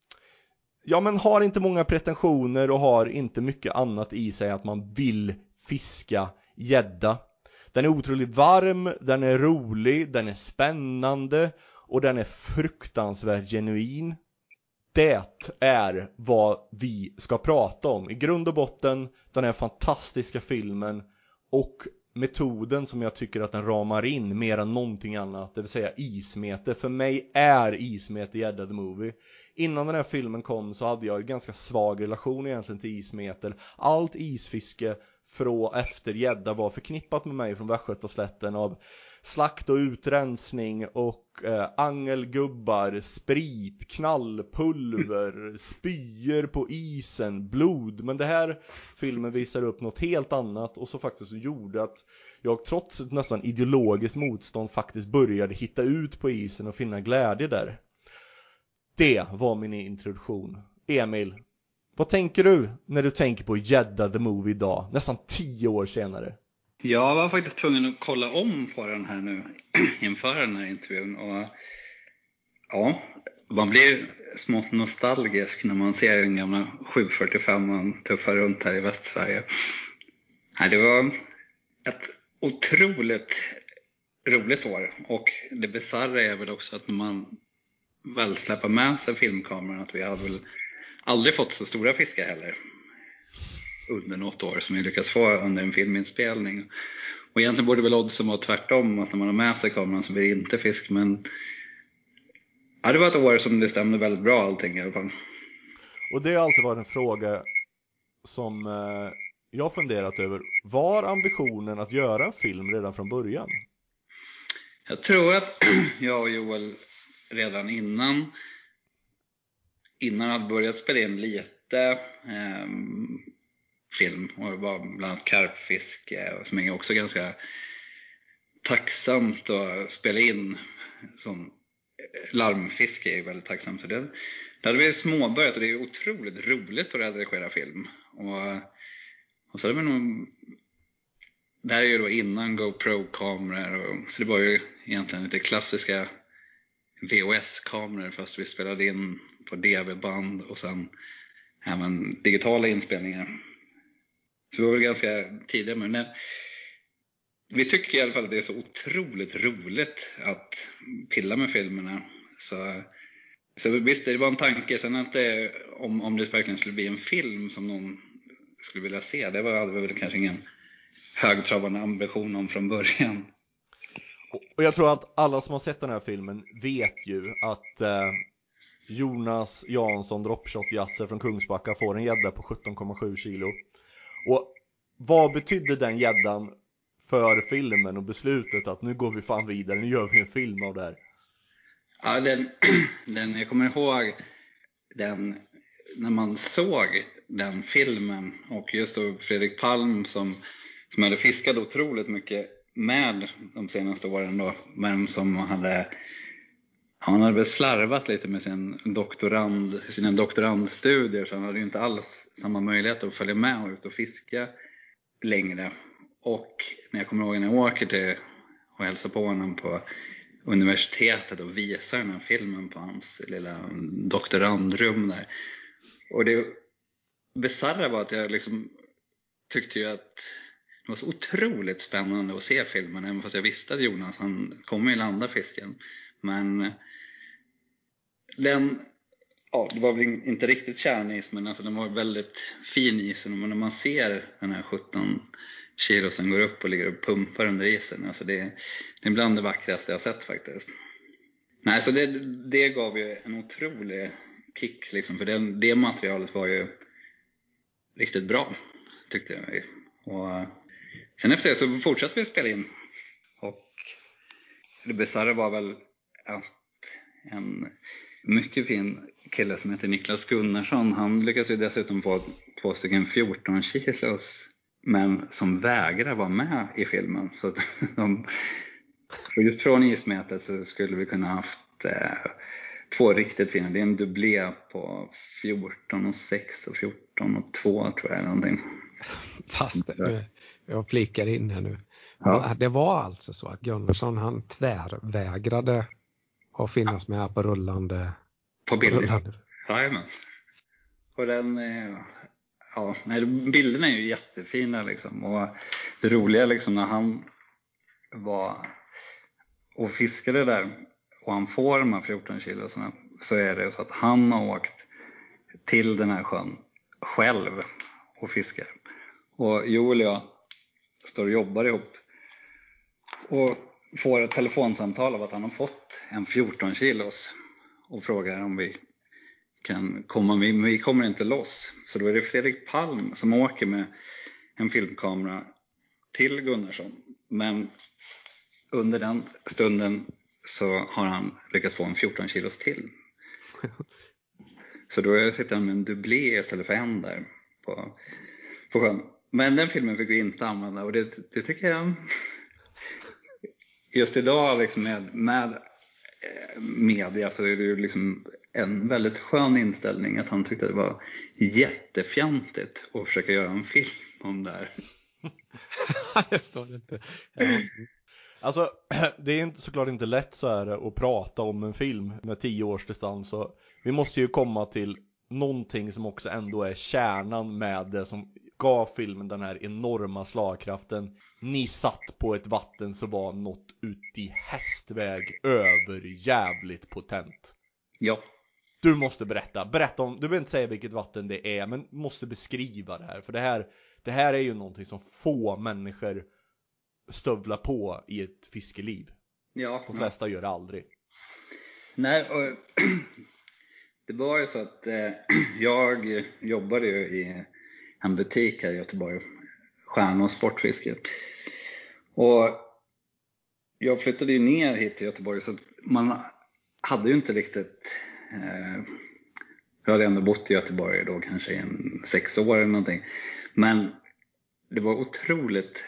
ja men har inte många pretensioner och har inte mycket annat i sig att man vill fiska gädda. Den är otroligt varm, den är rolig, den är spännande och den är fruktansvärt genuin. Det är vad vi ska prata om. I grund och botten, den här fantastiska filmen och metoden som jag tycker att den ramar in mer än någonting annat, det vill säga ismete. För mig är ismete Gädda the Movie. Innan den här filmen kom så hade jag en ganska svag relation egentligen till ismete. Allt isfiske från efter gädda var förknippat med mig från Västgötaslätten av slakt och utrensning och eh, angelgubbar, sprit, knallpulver, spyor på isen, blod. Men det här filmen visar upp något helt annat och så faktiskt gjorde att jag trots ett nästan ideologiskt motstånd faktiskt började hitta ut på isen och finna glädje där. Det var min introduktion. Emil, vad tänker du när du tänker på Gädda the Movie idag, nästan tio år senare? Jag var faktiskt tvungen att kolla om på den här nu inför den här intervjun. Och ja, man blir smått nostalgisk när man ser den gamla sju fyrtiofem man tuffar runt här i Västsverige. Det var ett otroligt roligt år. Och det bizarra är väl också att man väl släppa med sig filmkameran, att vi hade väl aldrig fått så stora fiskar heller under något år som vi lyckas få under en filminspelning. Och egentligen borde väl oddsen vara tvärtom, att när man har med sig kameran så blir det inte fisk. Men ja, det var ett år som det stämde väldigt bra allting i alla fall. Och det har alltid varit en fråga som eh, jag funderat över. Var ambitionen att göra en film redan från början? Jag tror att jag och Joel redan innan innan hade börjat spela in lite eh, film, och det var bland annat karpfiske, som är också ganska tacksamt att spela in. Som larmfiske är väldigt tacksamt för det. Det hade vi småbörjat, och det är otroligt roligt att redigera film. Och, och så hade vi nog, det här är ju då innan GoPro-kameror, och, så det var ju egentligen lite klassiska V H S-kameror, fast vi spelade in på D V-band och sen även digitala inspelningar. Så vi var väl ganska tidiga med det. Vi tycker i alla fall att det är så otroligt roligt att pilla med filmerna. Så, så visst, det var en tanke. Sen att det, om, om det verkligen skulle bli en film som någon skulle vilja se, det var, hade vi väl kanske ingen högtravande ambition om från början. Och jag tror att alla som har sett den här filmen vet ju att eh, Jonas Jansson, dropshot-jasser från Kungsbacka, får en gädda på sjutton komma sju kilo. Och vad betydde den gäddan för filmen och beslutet att nu går vi fan vidare, nu gör vi en film av det här? Ja, den, den, jag kommer ihåg den, när man såg den filmen, och just då Fredrik Palm som, som hade fiskat otroligt mycket med de senaste åren då, men som hade, han hade väl slarvat lite med sin doktorand, sina doktorandstudier, så han hade ju inte alls samma möjlighet att följa med och ut och fiska längre. Och när jag kommer ihåg när jag åker till och hälsar på honom på universitetet och visar den här filmen på hans lilla doktorandrum där. Och det bisarra var att jag liksom tyckte ju att det var så otroligt spännande att se filmen, även fast jag visste att Jonas, han kommer ju landa fisken. Men den, ja, det var väl inte riktigt kärnis, men alltså den var väldigt fin isen. Och när man ser den här sjutton kilo som går upp och ligger och pumpar under isen, alltså det, det är bland det vackraste jag sett faktiskt. Nej, så det, det gav ju en otrolig kick liksom, för det, det materialet var ju riktigt bra, tyckte jag. Och sen efter det så fortsatte vi spela in, och det bisarra var väl att en mycket fin kille som heter Niklas Gunnarsson, han lyckas ju dessutom få två stycken fjorton kilos, men som vägrar vara med i filmen. Så att de, just från ismätet så skulle vi kunna haft eh, två riktigt fina. Det är en dubblé på fjorton och sex och fjorton och två tror jag någonting. Fast nu, jag flikar in här nu. Ja. Det var alltså så att Gunnarsson, han tvärvägrade att finnas med på rullande. På bilden. Rullande. Jajamän. Och den, ja, nej, bilderna är ju jättefina liksom. Och det roliga liksom när han var och fiskade där och han får de här fjorton kilosarna, så är det så att han har åkt till den här sjön själv och fiskar. Och Joel och jag står och jobbar ihop och får ett telefonsamtal av att han har fått en fjorton kilos och frågar om vi kan komma med, men vi kommer inte loss. Så då är det Fredrik Palm som åker med en filmkamera till Gunnarsson, men under den stunden så har han lyckats få en fjorton kilos till. Så då sitter han med en dubblé istället för en där på, på sjön. Men den filmen fick vi inte använda, och det, det tycker jag just idag liksom med, med media så är det ju liksom en väldigt skön inställning att han tyckte det var jättefjantigt att försöka göra en film om det här. Det står inte. Ja. Alltså, det är inte, såklart inte lätt så här att prata om en film med tio års distans. Så vi måste ju komma till någonting som också ändå är kärnan med det som gav filmen den här enorma slagkraften. Ni satt på ett vatten så var något ut i hästväg över jävligt potent. Ja. Du måste berätta. Berätta om, du behöver inte säga vilket vatten det är, men måste beskriva det här. För det här, det här är ju någonting som få människor stövlar på i ett fiskeliv. Ja. De flesta ja. gör det aldrig. Nej, och det var ju så att eh, jag jobbade ju i en butik här i Göteborg, Stjärn- och sportfiske. Och jag flyttade ju ner hit till Göteborg, så man hade ju inte riktigt... Eh, jag hade ändå bott i Göteborg då kanske i en sex år eller någonting. Men det var otroligt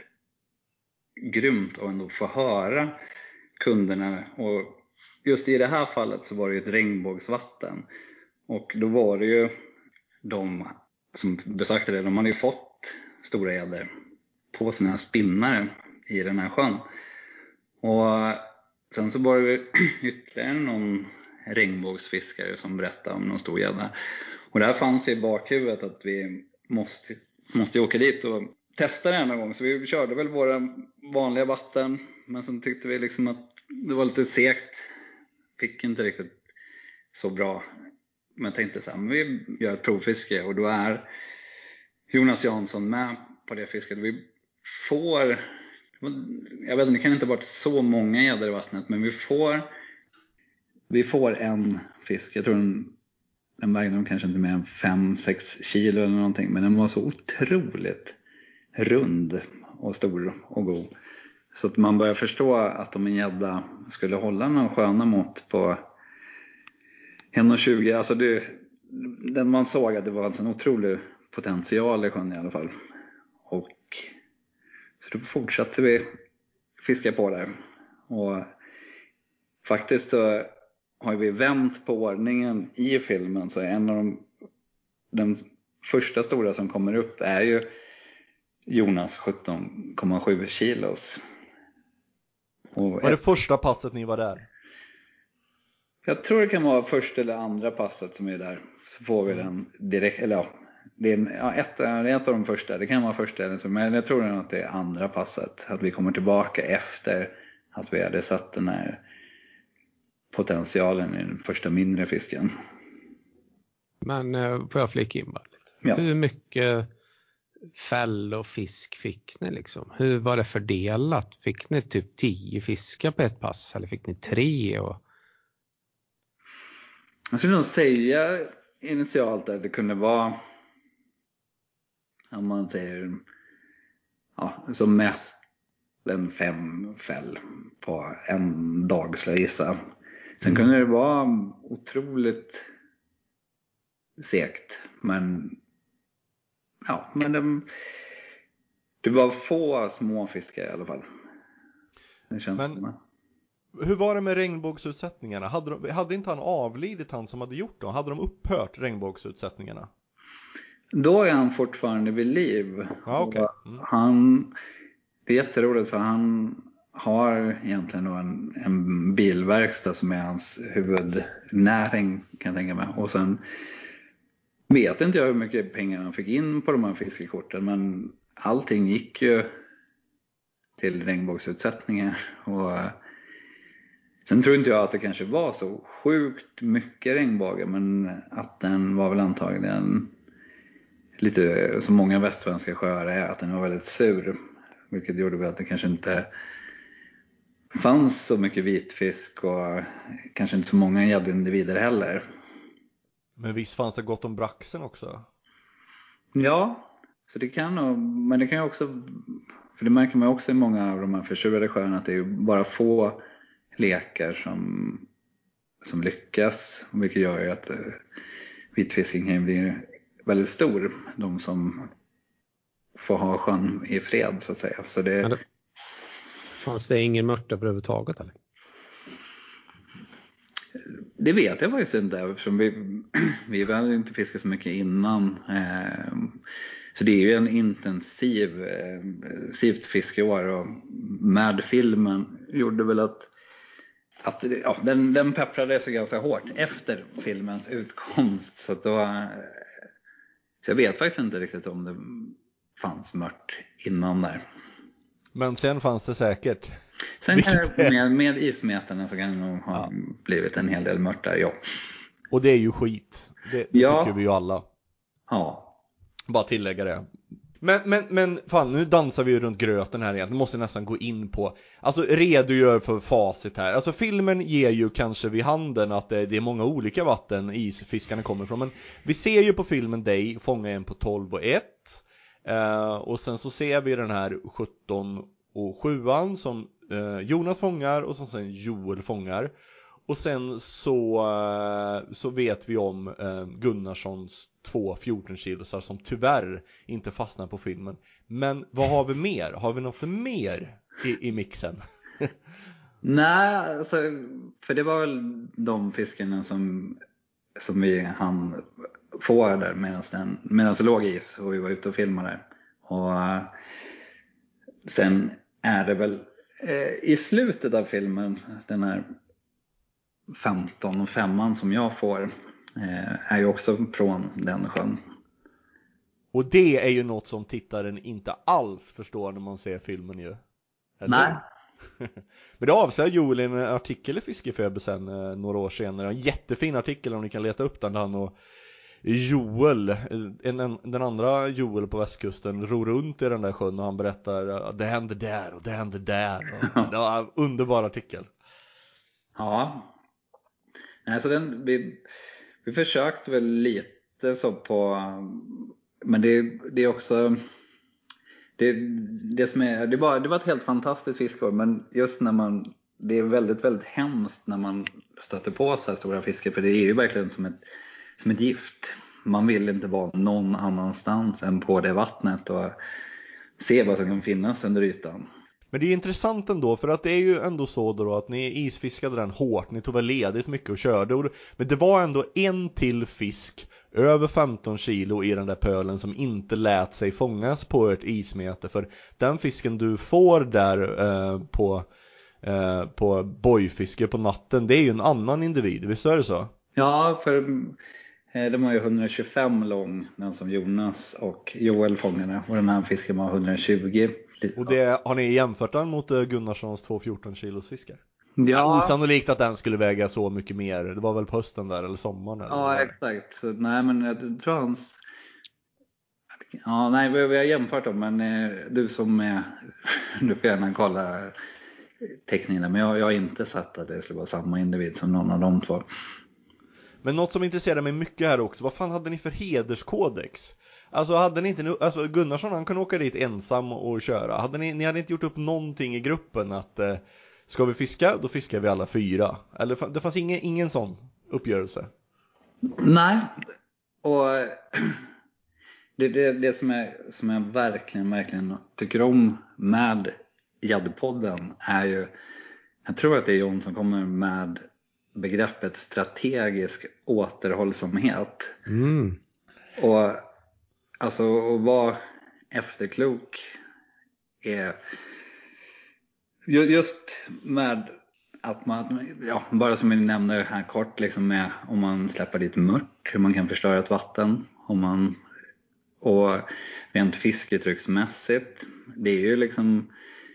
grymt att ändå få höra kunderna. Och just i det här fallet så var det ju ett regnbågsvatten. Och då var det ju de som besökte det, de hade ju fått stora gäddor på sina spinnare i den här sjön. Och sen så var det ytterligare någon regnbågsfiskare som berättade om någon stor gädda. Och där fanns ju i bakhuvudet att vi måste, måste åka dit och testa det en gång. Så vi körde väl våra vanliga vatten, men så tyckte vi liksom att det var lite segt. Fick inte riktigt så bra. Men jag tänkte så här, men vi gör ett provfiske och då är Jonas Jansson med på det fisket. Vi får, jag vet inte, det kan inte ha varit så många gäddor i vattnet, men vi får vi får en fisk. Jag tror den, den vägde kanske inte mer än fem sex kilo eller någonting, men den var så otroligt rund och stor och god. Så att man börjar förstå att om en gädda skulle hålla någon sköna mått på en komma tjugo, alltså det, den man såg att det var alltså en otrolig potential i sjön i alla fall. Och så då fortsatte vi fiska på där. Och faktiskt så har vi vänt på ordningen i filmen, så en av de den första stora som kommer upp är ju Jonas sjutton komma sju kilos. Och var det ett... första passet ni var där? Jag tror det kan vara första eller andra passet som är där. Så får vi den direkt, eller ja, det är, ja, ett, det är ett av de första. Det kan vara första eller så, men jag tror att det är andra passet. Att vi kommer tillbaka efter att vi hade satt den här potentialen i den första mindre fisken. Men får jag flika in bara lite? Ja. Hur mycket fäll och fisk fick ni liksom? Hur var det fördelat? Fick ni typ tio fiskar på ett pass? Eller fick ni tre? Och... Jag skulle nog säga initialt att det kunde vara, om man säger, ja, som mest en fem fäll på en dag, skulle jag gissa. Sen kunde det vara otroligt segt, men ja, men det, det var få små fiskar i alla fall. Det känns men, som. Hur var det med regnbågsutsättningarna? Hade, de, hade inte han avlidit, han som hade gjort dem? Hade de upphört regnbågsutsättningarna? Då är han fortfarande vid liv. Ja, okay. mm. Han, det är jätteroligt för han har egentligen då en, en bilverkstad som är hans huvudnäring, kan jag tänka mig. Och sen vet inte jag hur mycket pengar han fick in på de här fiskekorten, men allting gick ju till regnbågsutsättningar. Och sen tror inte jag att det kanske var så sjukt mycket regnbågar, men att den var väl antagligen lite som många västsvenska sjöar är, att den var väldigt sur. Vilket gjorde väl att det kanske inte fanns så mycket vitfisk och kanske inte så många gäddindivider heller. Men visst fanns det gott om braxen också? Ja, så det kan nog, men det kan ju också, för det märker man också i många av de här försurade sjöarna, att det är bara få lekar som, som lyckas. Vilket gör ju att vitfisken kan bli väldigt stor, de som får ha sjön i fred så att säga. Så det... det fanns det ingen mörta överhuvudtaget eller? Det vet jag faktiskt inte, eftersom vi, vi väl inte fiskat så mycket innan. Så det är ju en intensiv sivt fiskeår, och med filmen gjorde väl att, att ja, den, den pepprade så ganska hårt efter filmens utkomst. Så, då, så jag vet faktiskt inte riktigt om det fanns mört innan där. Men sen fanns det säkert. Sen kan det, med, med ismetarna så kan det nog ha ja. blivit en hel del mört där, ja. Och det är ju skit. Det, det Ja. tycker vi ju alla. Ja. Bara tillägga det. Men, men, men fan, nu dansar vi ju runt gröten här igen. Vi måste nästan gå in på, alltså redogör för facit här. Alltså filmen ger ju kanske vid handen att det, det är många olika vatten isfiskarna kommer från. Men vi ser ju på filmen dig fånga en på tolv och ett. Uh, och sen så ser vi den här sjutton och sjuan som uh, Jonas fångar och som sen Joel fångar. Och sen så, uh, så vet vi om uh, Gunnarssons två fjorton kilosar som tyvärr inte fastnar på filmen. Men vad har vi mer? Har vi något mer i, i mixen? Nej, alltså, för det var väl de fiskarna som, som vi hann få där medan den, medan det låg is och vi var ute och filmade. Och uh, sen är det väl uh, i slutet av filmen, den här femton och femman som jag får, uh, är ju också från den sjön. Och det är ju något som tittaren inte alls förstår när man ser filmen ju. Eller? Nej. Men det avslöjar Joel en artikel i Fiskefeber sen eh, några år senare. En jättefin artikel om ni kan leta upp den, där han och Joel, en, en, den andra Joel på västkusten, ror runt i den där sjön och han berättar det hände där och det hände där. Och, det var en underbar artikel. Ja. Alltså den, vi, vi försökte väl lite så på, men det, det är också det, det som är, det var, det var ett helt fantastiskt fiskår, men just när man, det är väldigt, väldigt hemskt när man stöter på så här stora fiskar, för det är ju verkligen som ett, som ett gift. Man vill inte vara någon annanstans än på det vattnet och se vad som kan finnas under ytan. Men det är intressant ändå, för att det är ju ändå så då att ni isfiskade den hårt, ni tog väl ledigt mycket och körde. Men det var ändå en till fisk över femton kilo i den där pölen som inte lät sig fångas på ett ismete. För den fisken du får där eh, på, eh, på bojfiske på natten, det är ju en annan individ, visst är det så? Ja, för eh, de var ju hundratjugofem lång, den som Jonas och Joel fångade, och den här fisken var hundratjugo. Och det, har ni jämfört den mot Gunnarssons två fjorton kilos fiskar? Ja. Osannolikt att den skulle väga så mycket mer. Det var väl på hösten där eller sommaren? Eller ja, exakt. Så, nej, men jag tror hans... Ja, nej, vi har jämfört dem, men eh, du som är... Du får gärna kolla teckningarna, men jag, jag har inte sett att det skulle vara samma individ som någon av de två. Men något som intresserar mig mycket här också, vad fan hade ni för hederskodex? Alltså hade ni inte, alltså Gunnarsson han kunde åka dit ensam och köra. Hade ni, ni hade inte gjort upp någonting i gruppen att eh, ska vi fiska, då fiskar vi alla fyra. Eller det fanns ingen, ingen sån uppgörelse. Nej, och det, det, det som, är, som jag verkligen, verkligen tycker om med Gäddpodden är ju, jag tror att det är John som kommer med begreppet strategisk återhållsamhet. Mm. Och alltså att vara efterklok är just med att man, ja, bara som vi nämnde här kort liksom med om man släpper dit mört, hur man kan förstöra ett vatten, om man, och rent fisketrycksmässigt, det är ju liksom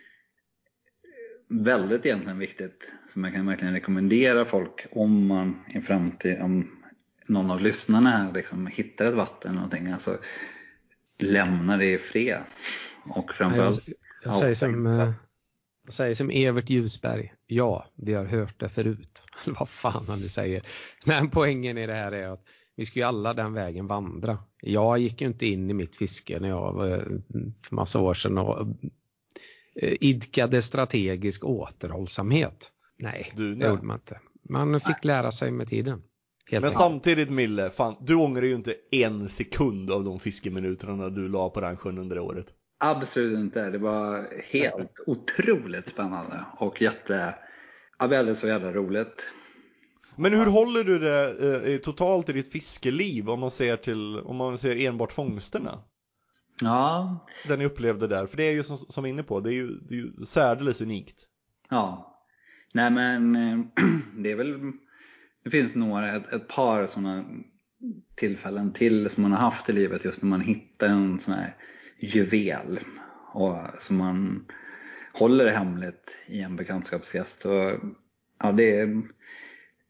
väldigt egentligen viktigt, som jag kan verkligen rekommendera folk om man i framtiden, om någon av lyssnarna här liksom hittar ett vatten eller någonting, alltså lämna det i fred. Och framförallt jag, jag, säger som, jag säger som Evert Ljusberg, ja, vi har hört det förut. Vad fan han säger. Men poängen i det här är att vi ska ju alla den vägen vandra. Jag gick ju inte in i mitt fiske när jag var för massa år sedan och idkade strategisk återhållsamhet. Nej, du, det gjorde man inte. Man fick nej. lära sig med tiden. Men enkelt. Samtidigt Mille, fan, du ångrar ju inte en sekund av de fiskeminuterna du la på den sjön under året. Absolut inte, det var helt otroligt spännande och jätte, ja, väldigt så jävla roligt. Men hur håller du det eh, totalt i ditt fiskeliv om man ser till, om man ser enbart fångsterna? Ja. Den ni upplevde där, för det är ju som, som inne på, det är ju, det är ju särdeles unikt. Ja, nej men det är väl, det finns några, ett, ett par sådana tillfällen till som man har haft i livet, just när man hittar en sån här juvel och som man håller hemligt i en bekantskapskrets. Och ja, det är,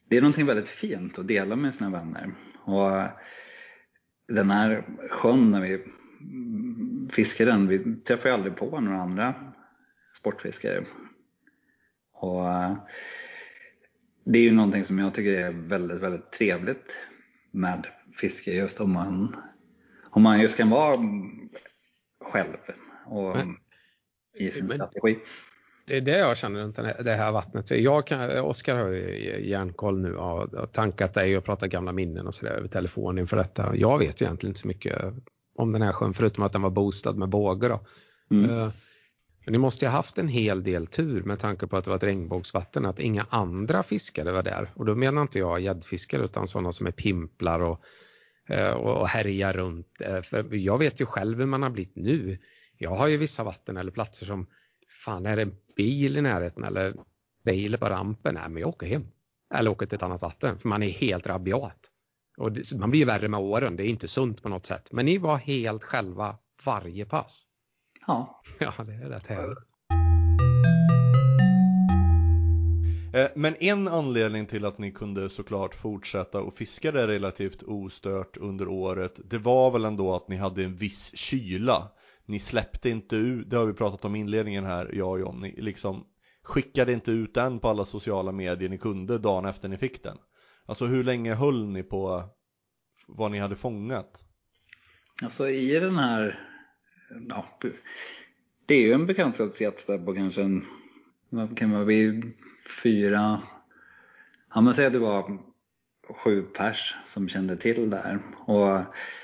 det är någonting väldigt fint att dela med sina vänner. Och den här sjön när vi fiskar den, vi träffar ju aldrig på några andra sportfiskare. Och det är ju någonting som jag tycker är väldigt, väldigt trevligt med fiske, just om man, om man just kan vara själv och men, i sin men, strategi. Det är det jag känner runt det här vattnet. Jag kan, Oskar har ju järnkoll nu och tankat dig och pratat gamla minnen och sådär över telefon inför detta. Jag vet ju egentligen inte så mycket om den här sjön förutom att den var boostad med bågar då. Mm. Uh, Men ni måste ju ha haft en hel del tur med tanke på att det var ett regnbågsvatten, att inga andra fiskare var där. Och då menar inte jag gäddfiskare utan sådana som är pimplar och, och härjar runt. För jag vet ju själv hur man har blivit nu. Jag har ju vissa vatten eller platser som, fan är det en bil i närheten eller bil på rampen? Nej, men jag åker hem. Eller åker till ett annat vatten för man är helt rabiat. Och det, man blir ju värre med åren, det är inte sunt på något sätt. Men ni var helt själva varje pass. Ja. Ja, det är rätt härligt. Men en anledning till att ni kunde såklart fortsätta och fiska det relativt ostört under året, det var väl ändå att ni hade en viss kyla. Ni släppte inte ut, det har vi pratat om i inledningen här, jag och John, ni liksom skickade inte ut den på alla sociala medier ni kunde dagen efter ni fick den. Alltså hur länge höll ni på vad ni hade fångat? Alltså i den här, ja, det är ju en bekantskapsjakt där på kanske en, vad kan man bli, fyra, ja man säger att det var sju pers som kände till där. Och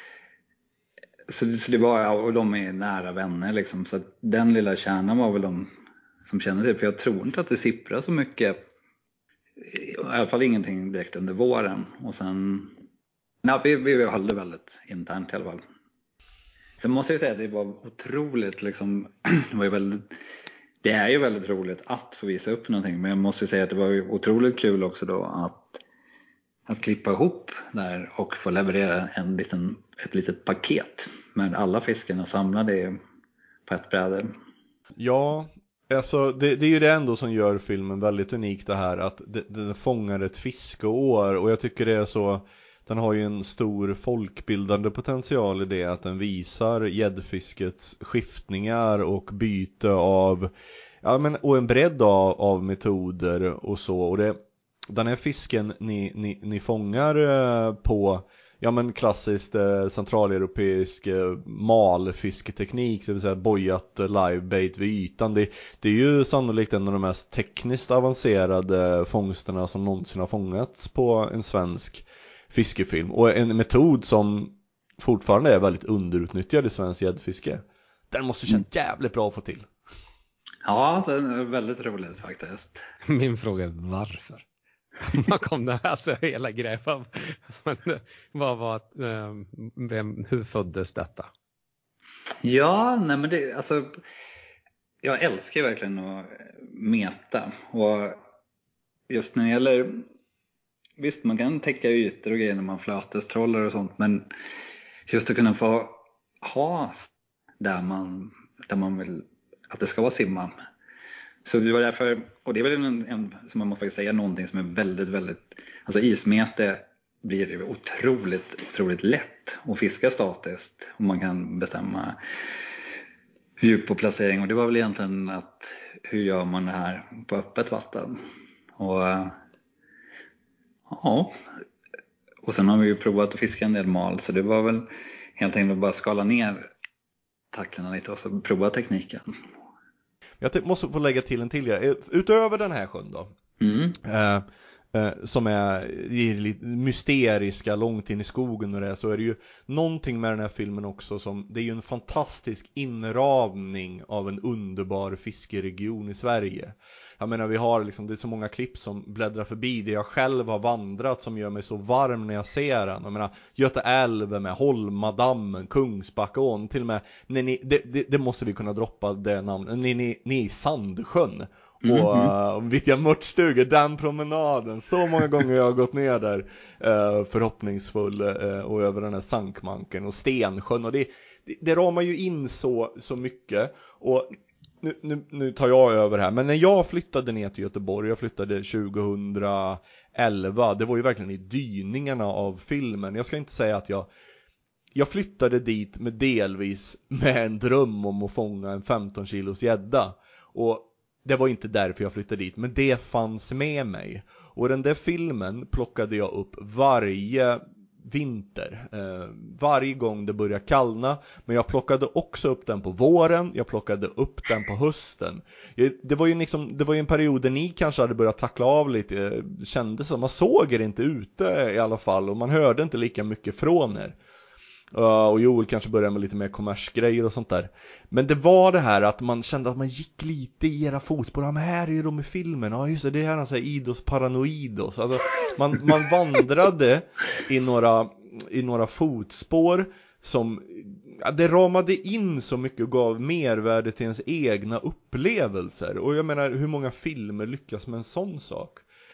så, så det var, och de är nära vänner liksom, så att den lilla kärnan var väl de som kände det. För jag tror inte att det sipprar så mycket, i alla fall ingenting direkt under våren. Och sen, nej, vi, vi höll det väldigt internt i alla fall. Sen måste jag säga att det var otroligt liksom, det var ju väldigt, det är ju väldigt roligt att få visa upp någonting. Men jag måste säga att det var ju otroligt kul också då att, att klippa ihop där och få leverera en liten, ett litet paket med alla fiskarna samlade på ett bräde. Ja, alltså det, det är ju det ändå som gör filmen väldigt unik, det här att det, det fångar ett fiskeår. Och jag tycker det är så, den har ju en stor folkbildande potential i det att den visar gäddfiskets skiftningar och byte av, ja men, och en bredd av, av metoder och så. Och det, den här fisken ni, ni, ni fångar på, ja men klassiskt eh, centraleuropeisk eh, malfisketeknik, det vill säga bojat livebait vid ytan. Det, det är ju sannolikt en av de mest tekniskt avancerade fångsterna som någonsin har fångats på en svensk fiskefilm. Och en metod som fortfarande är väldigt underutnyttjad i svensk gäddfiske. Den måste kännas jävligt bra att få till. Ja, det är väldigt roligt faktiskt. Min fråga är varför? Vad kom det här, alltså hela grejen? Vad var, vem, hur föddes detta? Ja, nej men det, alltså jag älskar verkligen att meta. Och just när det gäller, visst man kan täcka ytor och grejer när man flötestrollar och sånt, men just att kunna få ha där man, där man vill att det ska vara simma. Så det var därför, och det är väl en, en som man måste faktiskt säga, någonting som är väldigt, väldigt, alltså ismete blir otroligt, otroligt lätt att fiska statiskt och man kan bestämma djup och placering. Och det var väl egentligen att, hur gör man det här på öppet vatten? Och ja, och sen har vi ju provat att fiska en del mal, så det var väl helt enkelt att bara skala ner takterna lite och så prova tekniken. Jag måste få lägga till en till. Utöver den här sjön då. Mm. Eh, eh, som är, är lite mysteriska långt in i skogen och det, så är det ju någonting med den här filmen också som, det är ju en fantastisk inramning av en underbar fiskeregion i Sverige. Jag menar, vi har liksom, det är så många klipp som bläddrar förbi det jag själv har vandrat som gör mig så varm när jag ser den. Jag menar, Göta älv med Holmadammen, Kungsbackaån, till och med, nej, ni, det, det, det måste vi kunna droppa det namnet, ni, ni, ni i Sandsjön. Mm-hmm. Och uh, vilka mörtstugor, den promenaden, så många gånger jag har gått ner där uh, förhoppningsfull uh, och över den här Sankmanken och Stensjön, och det, det, det ramar ju in så, så mycket. Och nu, nu, nu tar jag över här. Men när jag flyttade ner till Göteborg, jag flyttade tjugoelva, det var ju verkligen i dyningarna av filmen. Jag ska inte säga att jag Jag flyttade dit med delvis med en dröm om att fånga en femton kilos gädda. Och det var inte därför jag flyttade dit, men det fanns med mig. Och den där filmen plockade jag upp varje vinter. Eh, varje gång det började kallna. Men jag plockade också upp den på våren. Jag plockade upp den på hösten. Jag, det var ju liksom, det var ju en period där ni kanske hade börjat tackla av lite. Det kändes som, man såg er inte ute i alla fall. Och man hörde inte lika mycket från er. Uh, och Joel kanske började med lite mer kommersgrejer och sånt där. Men det var det här att man kände att man gick lite i era fotspår. Ja, men här är ju de i filmen. Ja, just det, det här är han säger Idos Paranoidos. Alltså, man, man vandrade i några, i några fotspår som, ja, det ramade in så mycket och gav mervärde till ens egna upplevelser. Och jag menar, hur många filmer lyckas med en sån sak?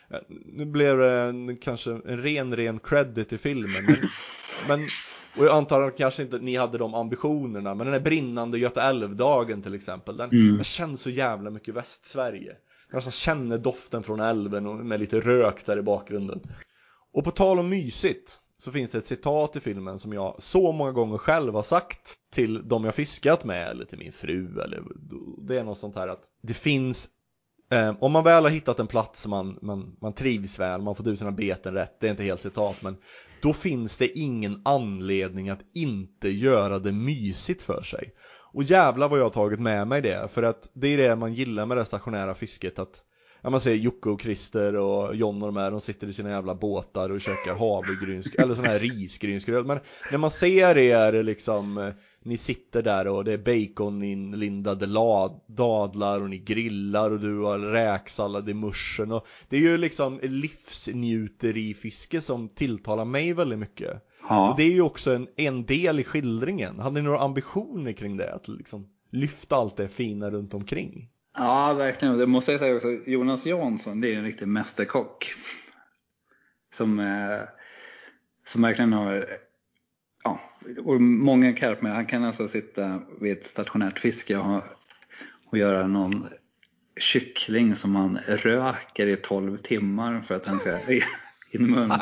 Nu blev det en, kanske en ren, ren credit i filmen. Men, men och jag antar att kanske inte ni hade de ambitionerna. Men den här brinnande Götaälvdagen till exempel, den, mm. jag känner så jävla mycket Västsverige. Jag alltså känner doften från älven och med lite rök där i bakgrunden. Och på tal om mysigt, så finns det ett citat i filmen som jag så många gånger själv har sagt till de jag fiskat med, eller till min fru, eller det är något sånt här att det finns, eh, om man väl har hittat en plats man, man, man trivs väl, man får ut sina beten rätt, det är inte helt citat, men då finns det ingen anledning att inte göra det mysigt för sig. Och jävla vad jag har tagit med mig det, för att det är det man gillar med det stationära fisket, att ja, man ser Jocke och Christer och John och de här, de sitter i sina jävla båtar och käkar havregryns eller sån här risgrynsgröt. Men när man ser er liksom, ni sitter där och det är baconinlindade dadlar och ni grillar och du har räksallad i muschen. Och det är ju liksom livsnjuteri-fiske som tilltalar mig väldigt mycket. Ja. Och det är ju också en, en del i skildringen. Hade ni några ambitioner kring det? Att liksom lyfta allt det fina runt omkring? Ja, verkligen. Det måste jag säga också. Jonas Jansson, det är en riktig mästerkock. Som, eh, som verkligen har, ja, och många karp med. Han kan alltså sitta vid ett stationärt fiske och, och göra någon kyckling som han röker i tolv timmar för att den ska in munnen.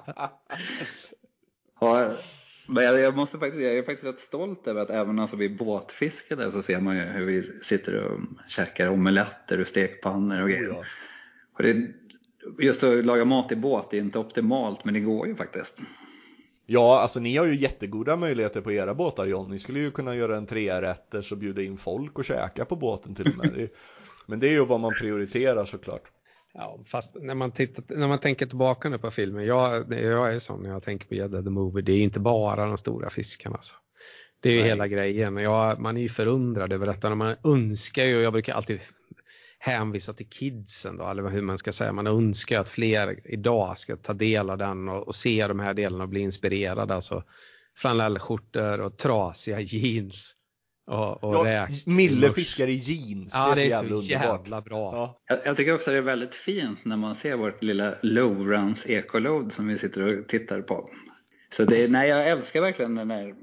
Ja, men jag, jag, måste faktiskt, jag är faktiskt rätt stolt över att även alltså vid båtfiske där så ser man ju hur vi sitter och käkar omeletter och stekpannor och grejer. Oh ja. Och det, just att laga mat i båt är inte optimalt, men det går ju faktiskt. Ja, alltså ni har ju jättegoda möjligheter på era båtar, John. Ni skulle ju kunna göra en trerätter och bjuda in folk och käka på båten till och med. Det, men det är ju vad man prioriterar såklart. Ja, fast när man, tittar, när man tänker tillbaka nu på filmen, jag, jag är sån när jag tänker på Gädda the Movie, det är inte bara de stora fiskarna. Alltså. Det är ju Nej. hela grejen. Jag, man är ju förundrad över detta. Man önskar ju, jag brukar alltid hänvisa till kidsen då, eller hur man ska säga. Man önskar att fler idag ska ta del av den och, och se de här delarna och bli inspirerade. Alltså flanellskjortor och trasiga jeans. Och, och ja, Mille fiskar i jeans. Ja, det är så, det är så jävla, jävla bra. Ja. Jag, jag tycker också att det är väldigt fint när man ser vårt lilla Lowrance ecolod som vi sitter och tittar på. Så det, nej, jag älskar verkligen den här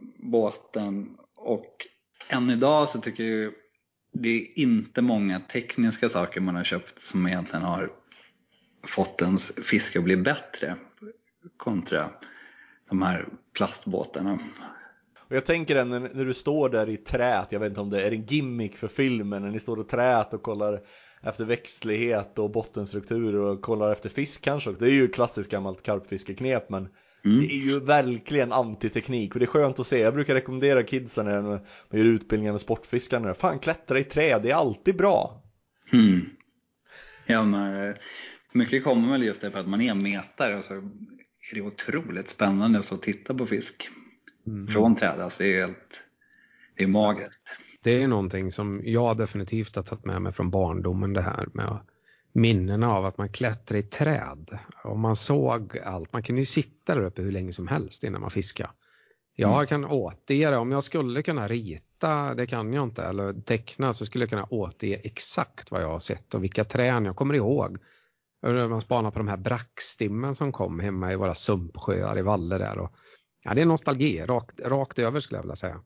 båten. Och än idag så tycker jag det är inte många tekniska saker man har köpt som egentligen har fått ens fiske att bli bättre kontra de här plastbåtarna. Och jag tänker när, när du står där i trät, jag vet inte om det är en gimmick för filmen, när ni står och trät och kollar efter växtlighet och bottenstruktur och kollar efter fisk kanske. Det är ju klassiskt gammalt karpfiskeknep, men mm. det är ju verkligen antiteknik och det är skönt att se. Jag brukar rekommendera kidsen när man gör utbildningar med sportfiskarna. Fan, klättra i träd, det är alltid bra. Mm. Ja, men mycket kommer väl just det för att man är metare och så är det otroligt spännande att titta på fisk. Mm. Från träd, alltså det är helt, det är magiskt. Det är någonting som jag definitivt har tagit med mig från barndomen, det här med minnena av att man klättrar i träd. Och man såg allt, man kan ju sitta där uppe hur länge som helst innan man fiskar. Jag mm. kan återge, om jag skulle kunna rita, det kan jag inte, eller teckna, så skulle jag kunna återge exakt vad jag har sett och vilka träd jag kommer ihåg. Man spanar på de här brackstimmen som kom hemma i våra sumpsjöar i Valle där och ja, det är nostalgi, rakt, rakt över skulle jag vilja säga.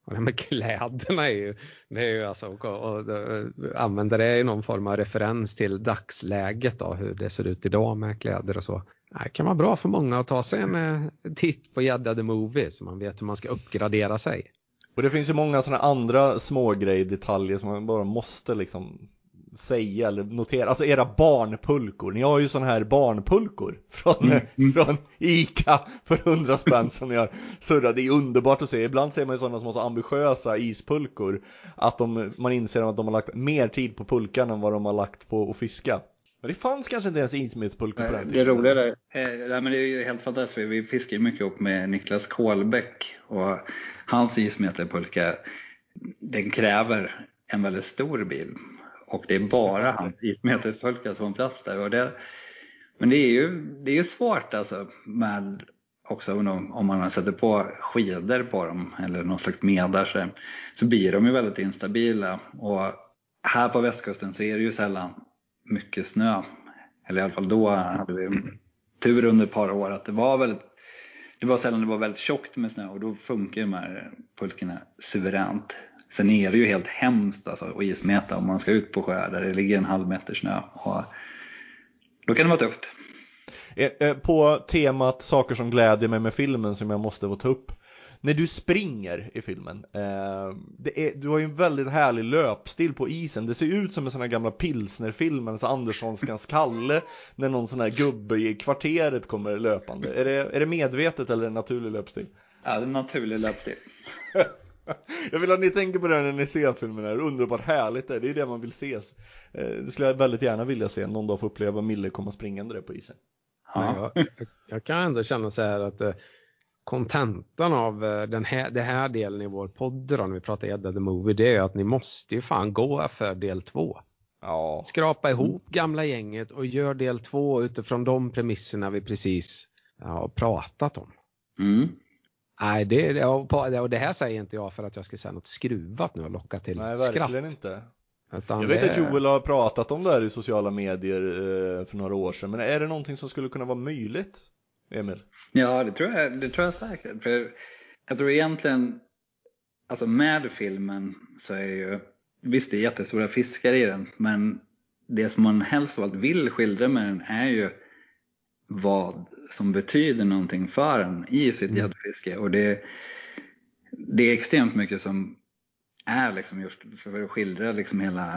Och det med kläderna är ju, det är ju alltså, och, och, och använder det i någon form av referens till dagsläget då, hur det ser ut idag med kläder och så. Det kan vara bra för många att ta sig en titt på Gädda the Movie så man vet hur man ska uppgradera sig. Och det finns ju många sådana andra smågrej, detaljer som man bara måste liksom säga eller notera. Alltså era barnpulkor. Ni har ju sådana här barnpulkor från, mm. från Ica för hundra spänn som ni har surrat. Det är underbart att se. Ibland ser man ju sådana som har så ambitiösa ispulkor att de, man inser att de har lagt mer tid på pulkan än vad de har lagt på att fiska. Men det fanns kanske inte ens ismetpulkor på den tiden. Det är roligt där. Eh, nej, men det är ju helt fantastiskt. Vi fiskar mycket upp med Niklas Kålbäck och hans ismetpulka, den kräver en väldigt stor bil. Och det är bara hans ismetpulka som har plats där. Och det, men det är ju, det är ju svårt alltså med också om man sätter på skidor på dem eller någon slags medar så, så blir de ju väldigt instabila. Och här på västkusten så är det ju sällan mycket snö. Eller i alla fall då hade vi tur under ett par år att det var väldigt, det var sällan det var väldigt tjockt med snö och då funkar de här pulkorna suveränt. Sen är det ju helt hemskt alltså, att ismeta om man ska ut på sjö där det ligger en halv meter snö. Och då kan det vara tufft. På temat saker som glädjer mig med filmen som jag måste få ta upp. När du springer i filmen, eh, det är, du har ju en väldigt härlig löpstil på isen. Det ser ut som en sån här gamla pilsnerfilmen, så Anderssonskans Kalle, när någon sån här gubbe i kvarteret kommer löpande. Är det, är det medvetet eller en naturlig löpstil? Ja, det är en naturlig löpstil. Jag vill att ni tänker på det när ni ser filmen här. Underbart härligt det är. Det är det man vill se. Det skulle jag väldigt gärna vilja se. Någon dag få uppleva Mille komma springande där på isen. Ja. Jag, jag kan ändå känna så här att kontentan av den här, den här delen i vår podd då, när vi pratar Gädda the Movie, det är att ni måste ju fan gå för del två. Ja. Skrapa ihop gamla gänget och gör del två utifrån de premisserna vi precis har pratat om. Mm. Nej, det, det, och det här säger inte jag för att jag ska säga något skruvat nu och locka till Nej, skratt. verkligen inte. Utan jag vet det... att Joel har pratat om det här i sociala medier eh, för några år sedan. Men är det någonting som skulle kunna vara möjligt, Emil? Ja, det tror jag, det tror jag säkert. För jag tror egentligen, alltså med filmen så är ju, visst det är jättestora fiskar i den. Men det som man helst av allt vill skildra med den är ju vad som betyder någonting för en i sitt mm. gäddfiske. Och det, det är extremt mycket som är liksom just för att skildra liksom hela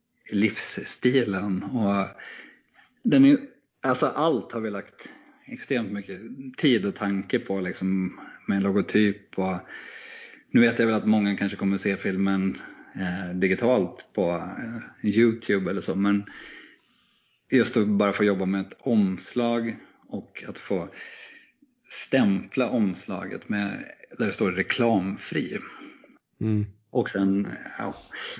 livsstilen. Och den är, alltså allt har vi lagt extremt mycket tid och tanke på liksom, med logotyp. Och nu vet jag väl att många kanske kommer se filmen eh, digitalt på eh, YouTube eller så. Men just att bara få jobba med ett omslag och att få stämpla omslaget med, där det står reklamfri. Mm. Och sen, ja.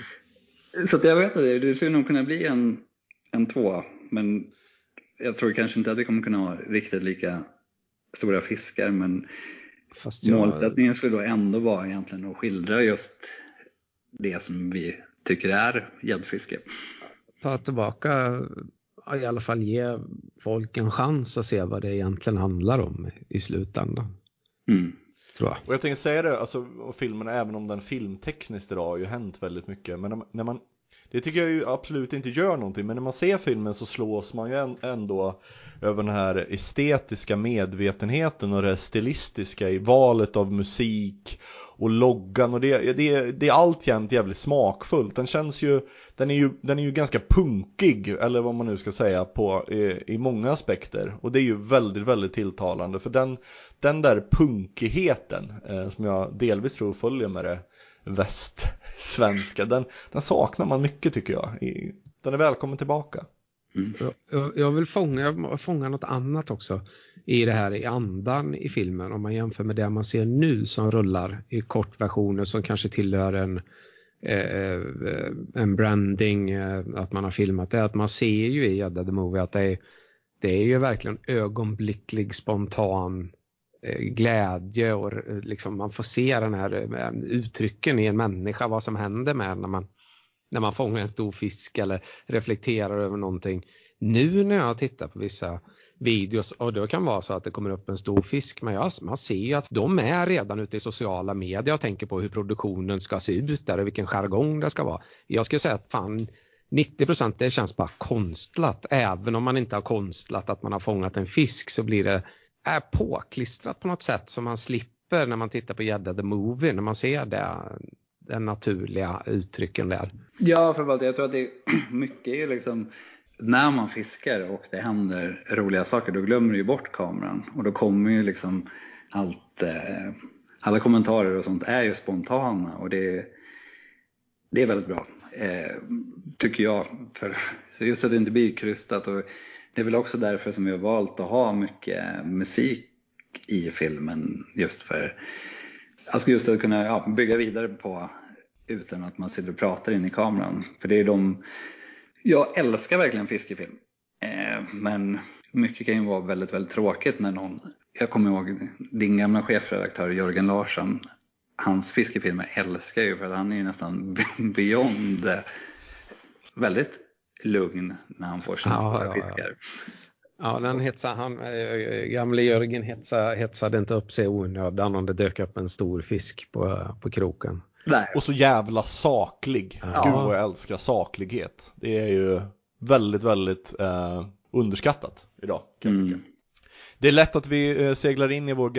Så att jag vet inte, det skulle nog kunna bli en, en två. Men jag tror kanske inte att vi kommer kunna ha riktigt lika stora fiskar. Men fast jag... målsättningen skulle då ändå vara egentligen att skildra just det som vi tycker är gäddfiske. Ta tillbaka, i alla fall ge folk en chans att se vad det egentligen handlar om i slutändan. Mm. Tror jag. Och jag tänkte säga det, alltså filmen, även om den filmtekniskt idag har ju hänt väldigt mycket. Men när man, det tycker jag ju absolut inte gör någonting. Men när man ser filmen så slås man ju ändå över den här estetiska medvetenheten och det stilistiska i valet av musik och loggan, och det, det, det är alltjämt jävligt smakfullt. Den känns ju, den är ju, den är ju ganska punkig, eller vad man nu ska säga, på, i, i många aspekter. Och det är ju väldigt, väldigt tilltalande. För den, den där punkigheten eh, som jag delvis tror följer med det västsvenska, den, den saknar man mycket tycker jag. I, den är välkommen tillbaka. Mm. Jag, jag vill fånga, fånga något annat också i det här, i andan i filmen, om man jämför med det man ser nu som rullar i kortversioner som kanske tillhör en eh, en branding, eh, att man har filmat det, att man ser ju i Gädda the Movie att det är, det är ju verkligen ögonblicklig spontan eh, glädje, och eh, liksom man får se den här eh, uttrycken i en människa, vad som händer med när man när man fångar en stor fisk eller reflekterar över någonting. Nu när jag tittar på vissa videos och det kan vara så att det kommer upp en stor fisk, men jag, man ser ju att de är redan ute i sociala medier och tänker på hur produktionen ska se ut där och vilken jargong det ska vara. Jag skulle säga att fan nittio procent det känns bara konstlat. Även om man inte har konstlat att man har fångat en fisk så blir det är påklistrat på något sätt som man slipper när man tittar på Gädda the Movie, när man ser det, den naturliga uttrycken där. Ja, för jag tror att det är mycket liksom när man fiskar och det händer roliga saker, då glömmer du ju bort kameran och då kommer ju liksom allt, eh, alla kommentarer och sånt är ju spontana och det, det är väldigt bra. Eh, tycker jag, för, så just att det inte blir krystat och det är väl också därför som vi har valt att ha mycket musik i filmen just för alltså just att kunna ja, bygga vidare på utan att man sitter och pratar in i kameran, för det är de jag älskar verkligen fiskefilm eh, men mycket kan ju vara väldigt väldigt tråkigt när någon, jag kommer ihåg din gamla chefredaktör Jörgen Larsson, hans fiskefilmer älskar ju för att han är ju nästan beyond väldigt lugn när han får sina ja, stora ja, fiskar. Ja, den hetsade, han, gamle Jörgen hetsade, hetsade inte upp sig onödan om det dök upp en stor fisk på, på kroken. Nej. Och så jävla saklig. Ja. Gud vad jag älskar saklighet. Det är ju väldigt, väldigt eh, underskattat idag, kan jag tycka. Mm. Det är lätt att vi eh, seglar in i vår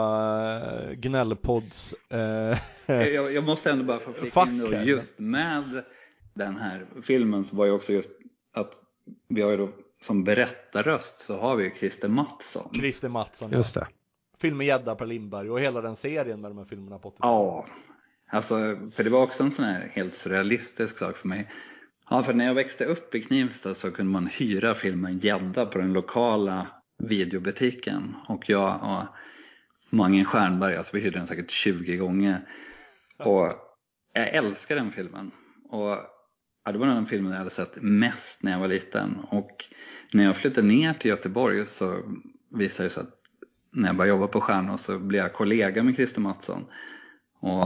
gamla eh, gnällpods eh, jag, jag måste ändå bara få flika in då, just med den här filmen så var ju också just att vi har ju då som berättarröst så har vi ju Christer Mattsson. Christer Mattsson, just det. Film med Gädda Per Lindberg och hela den serien med de här filmerna på åttiotalet. Ja, alltså för det var också en sån här helt surrealistisk sak för mig. Ja, för när jag växte upp i Knivsta så kunde man hyra filmen Gädda på den lokala videobutiken. Och jag och Mange Stjernberg, alltså vi hyrde den säkert tjugo gånger. Och jag älskar den filmen. Och ja, det var den filmen jag hade sett mest när jag var liten. Och när jag flyttade ner till Göteborg så visade det sig att när jag började jobba på Stjärnor så blev jag kollega med Christer Mattsson. Och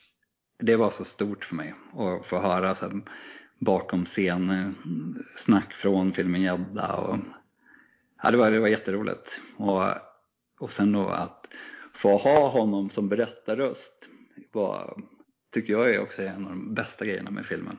det var så stort för mig att få höra så här, bakom scenen snack från filmen Gädda. Och ja, det var, det var jätteroligt. Och, och sen då att få ha honom som berättarröst var, tycker jag är också en av de bästa grejerna med filmen.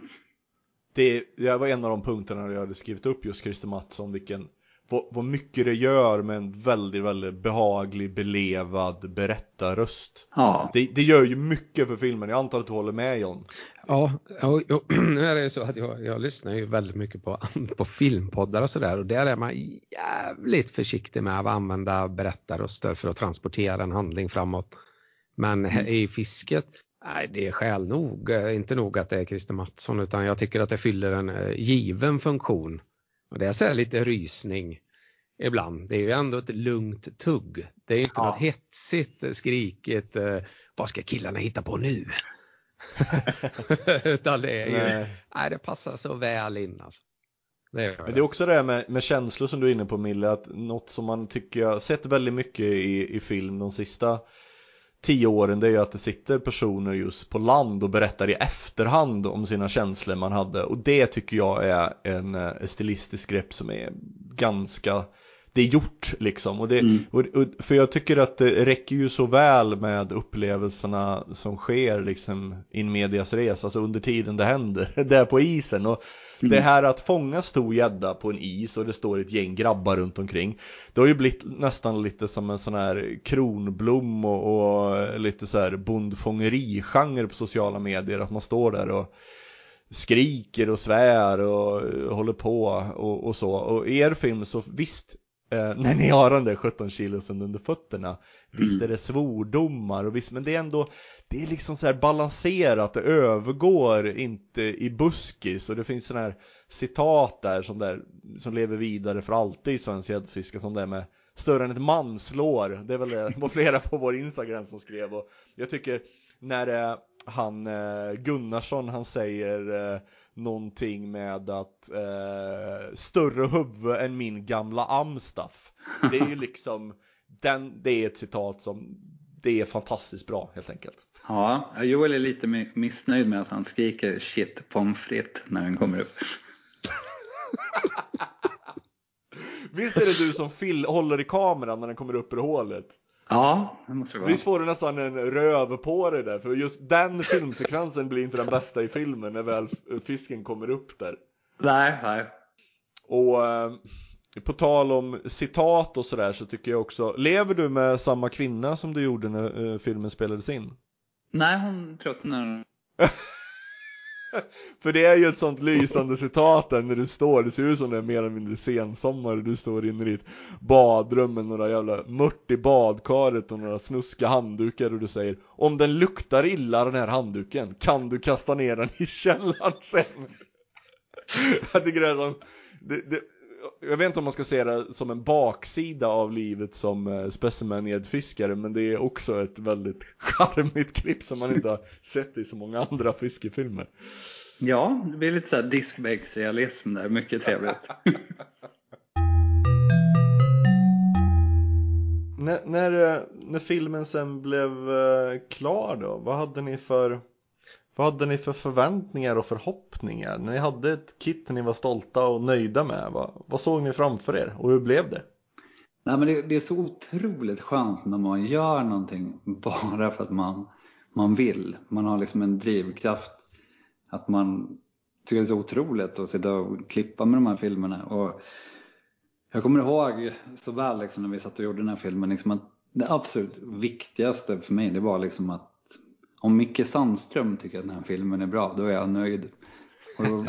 Det, det var en av de punkterna jag hade skrivit upp just Christer Mattsson, vilken, vad, vad mycket det gör med en väldigt, väldigt behaglig, belevad berättarröst. Ja. Det, det gör ju mycket för filmen, jag antar att du håller med, John. Ja, och, och, nu är det ju så att jag, jag lyssnar ju väldigt mycket på, på filmpoddar och sådär, och där är man jävligt försiktig med att använda berättarröster för att transportera en handling framåt. Men mm. i fisket, nej, det är skäl nog, inte nog att det är Christer Mattsson, utan jag tycker att det fyller en uh, given funktion. Och det är så här lite rysning ibland. Det är ju ändå ett lugnt tugg. Det är inte ja. något hetsigt, skrikigt, uh, vad ska killarna hitta på nu? Utan det är ju, nej. nej, det passar så väl in alltså. Det är, Men det är också det här med, med känslor som du är inne på, Mille, att något som man tycker jag sett väldigt mycket i, i film de sista tio åren, det är ju att det sitter personer just på land och berättar i efterhand om sina känslor man hade, och det tycker jag är en, en stilistisk grepp som är ganska, det är gjort liksom, och det, mm. och, och, för jag tycker att det räcker ju så väl med upplevelserna som sker liksom in medias res, alltså under tiden det händer där på isen, och mm. det här att fånga stor gädda på en is och det står ett gäng grabbar runt omkring, det har ju blivit nästan lite som en sån här kronblom och, och lite så här bondfångeri-genre på sociala medier, att man står där och skriker och svär och, och håller på och, och så, och i er film så visst, Eh, när ni har den där sjutton kilosen under fötterna, visst är det svordomar och visst, men det är ändå, det är liksom så här balanserat, det övergår inte i buskis, och det finns sån här citat där som, där som lever vidare för alltid i svensk gäddfiske, som det med större än ett manslår, det är väl det var flera på vår Instagram som skrev, och jag tycker när eh, han eh, Gunnarsson, han säger eh, någonting med att eh, större huvud än min gamla Amstaff. Det är ju liksom den, det är ett citat som det är fantastiskt bra helt enkelt. Ja, Joel är lite missnöjd med att han skriker shit pommes frites när den kommer upp. Visst är det du som fil- håller i kameran när den kommer upp ur hålet? Ja, det måste det vara. Visst får du nästan en röv på dig där. För just den filmsekvensen blir inte den bästa i filmen när väl fisken kommer upp där. Nej, nej. Och eh, på tal om citat och sådär så tycker jag också... Lever du med samma kvinna som du gjorde när eh, filmen spelades in? Nej, hon tröttnar. För det är ju ett sånt lysande citat där när du står, det ser ut som det är mer eller mindre sensommar, du står inne i ditt badrum med några jävla mört i badkaret och några snuska handdukar och du säger: om den luktar illa den här handduken, kan du kasta ner den i källaren sen? Jag tycker det är som det, det, jag vet inte om man ska se det som en baksida av livet som specimen-edfiskare, men det är också ett väldigt charmigt klipp som man inte har sett i så många andra fiskefilmer. Ja, det blir lite så här diskbänksrealism där, mycket trevligt. när, när, när filmen sen blev klar då, vad hade ni för vad hade ni för förväntningar och förhoppningar? När ni hade ett kit ni var stolta och nöjda med, vad, vad såg ni framför er och hur blev det? Nej, men det, det är så otroligt skönt när man gör någonting bara för att man, man vill. Man har liksom en drivkraft att man tycker det är så otroligt att sitta och klippa med de här filmerna. Och jag kommer ihåg så väl liksom när vi satt och gjorde den här filmen liksom att det absolut viktigaste för mig det var liksom att om Micke Sandström tycker att den här filmen är bra, då är jag nöjd. Och,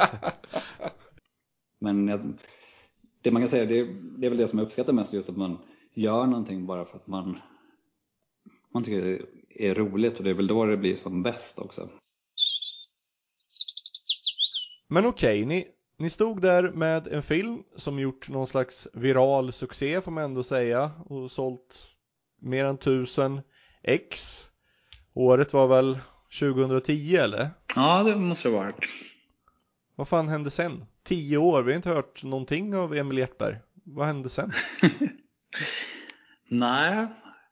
men jag, det man kan säga, det, det är väl det som jag uppskattar mest, just att man gör någonting bara för att man, man tycker det är roligt, och det är väl då det blir som bäst också. Men okej, okay, ni, ni stod där med en film som gjort någon slags viral succé får man ändå säga, och sålt mer än tusen ex. Året var väl tjugohundratio eller? Ja, det måste det ha varit. Vad fan hände sen? Tio år, vi har inte hört någonting av Emil Hjertberg. Vad hände sen? Nej.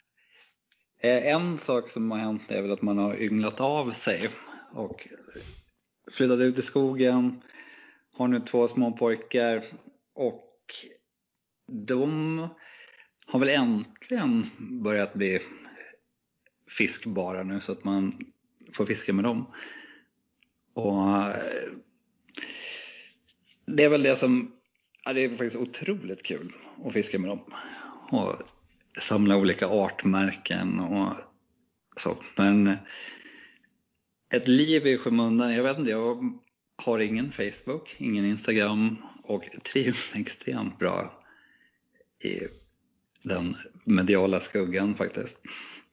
En sak som har hänt är väl att man har ynglat av sig och flyttat ut i skogen. Har nu två små pojkar och de har väl äntligen börjat bli fiskbara nu så att man får fiska med dem. Och det är väl det som, ja, det är faktiskt otroligt kul att fiska med dem och samla olika artmärken och så. Men ett liv i skymundan, jag vet inte, jag har ingen Facebook, ingen Instagram och trivs extremt bra i den mediala skuggan faktiskt.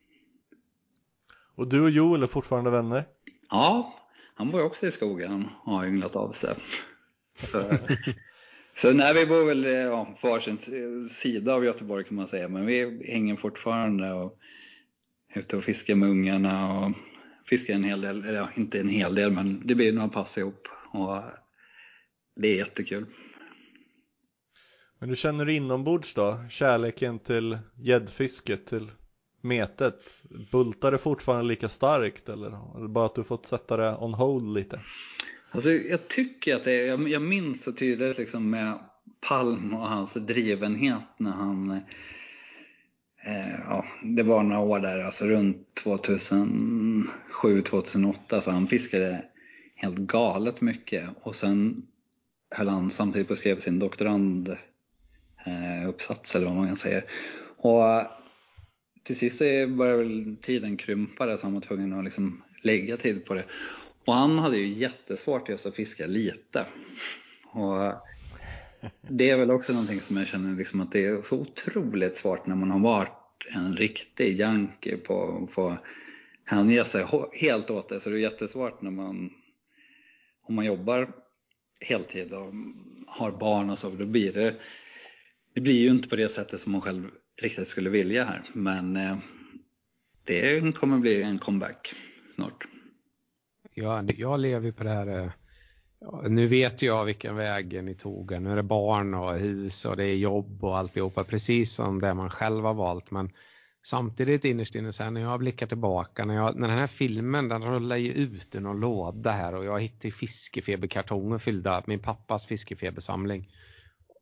Och du och Joel är fortfarande vänner? Ja, han bor också i skogen och har ynglat av sig. Så, så när vi bor väl ja, på varsin sida av Göteborg kan man säga. Men vi hänger fortfarande och ute och fiskar med ungarna och fiskar en hel del. Eller ja, inte en hel del, men det blir några pass ihop. Och det är jättekul. Men du känner du inombords då? Kärleken till gäddfisket, till metet, bultar det fortfarande lika starkt eller är det bara att du fått sätta det on hold lite? Alltså jag tycker att det är, jag, jag minns så tydligt liksom med Palm och hans drivenhet när han eh, ja, det var några år där, alltså runt tjugohundrasju tjugohundraåtta, så han fiskade helt galet mycket och sen höll han samtidigt på att skriva sin doktorand eh, uppsats eller vad man kan säga. Och till sist så började väl tiden krympa där, så han var tvungen att liksom lägga tid på det. Och han hade ju jättesvårt just att fiska lite. Och det är väl också någonting som jag känner liksom att det är så otroligt svårt när man har varit en riktig junkie på att få hänge sig helt åt det. Så det är jättesvårt när man, om man jobbar heltid och har barn och så, då blir det, det blir ju inte på det sättet som man själv riktigt skulle vilja här. Men eh, det kommer bli en comeback snart. Ja, jag lever på det här. Ja, nu vet jag vilken väg ni tog. Nu är det barn och hus och det är jobb och alltihopa. Precis som det man själv har valt. Men samtidigt innerst inne sen när jag blickar tillbaka. När, jag, när den här filmen, den rullar ju ut i någon låda här. Och jag hittade fiskefeberkartonger fyllda. Min pappas fiskefebersamling.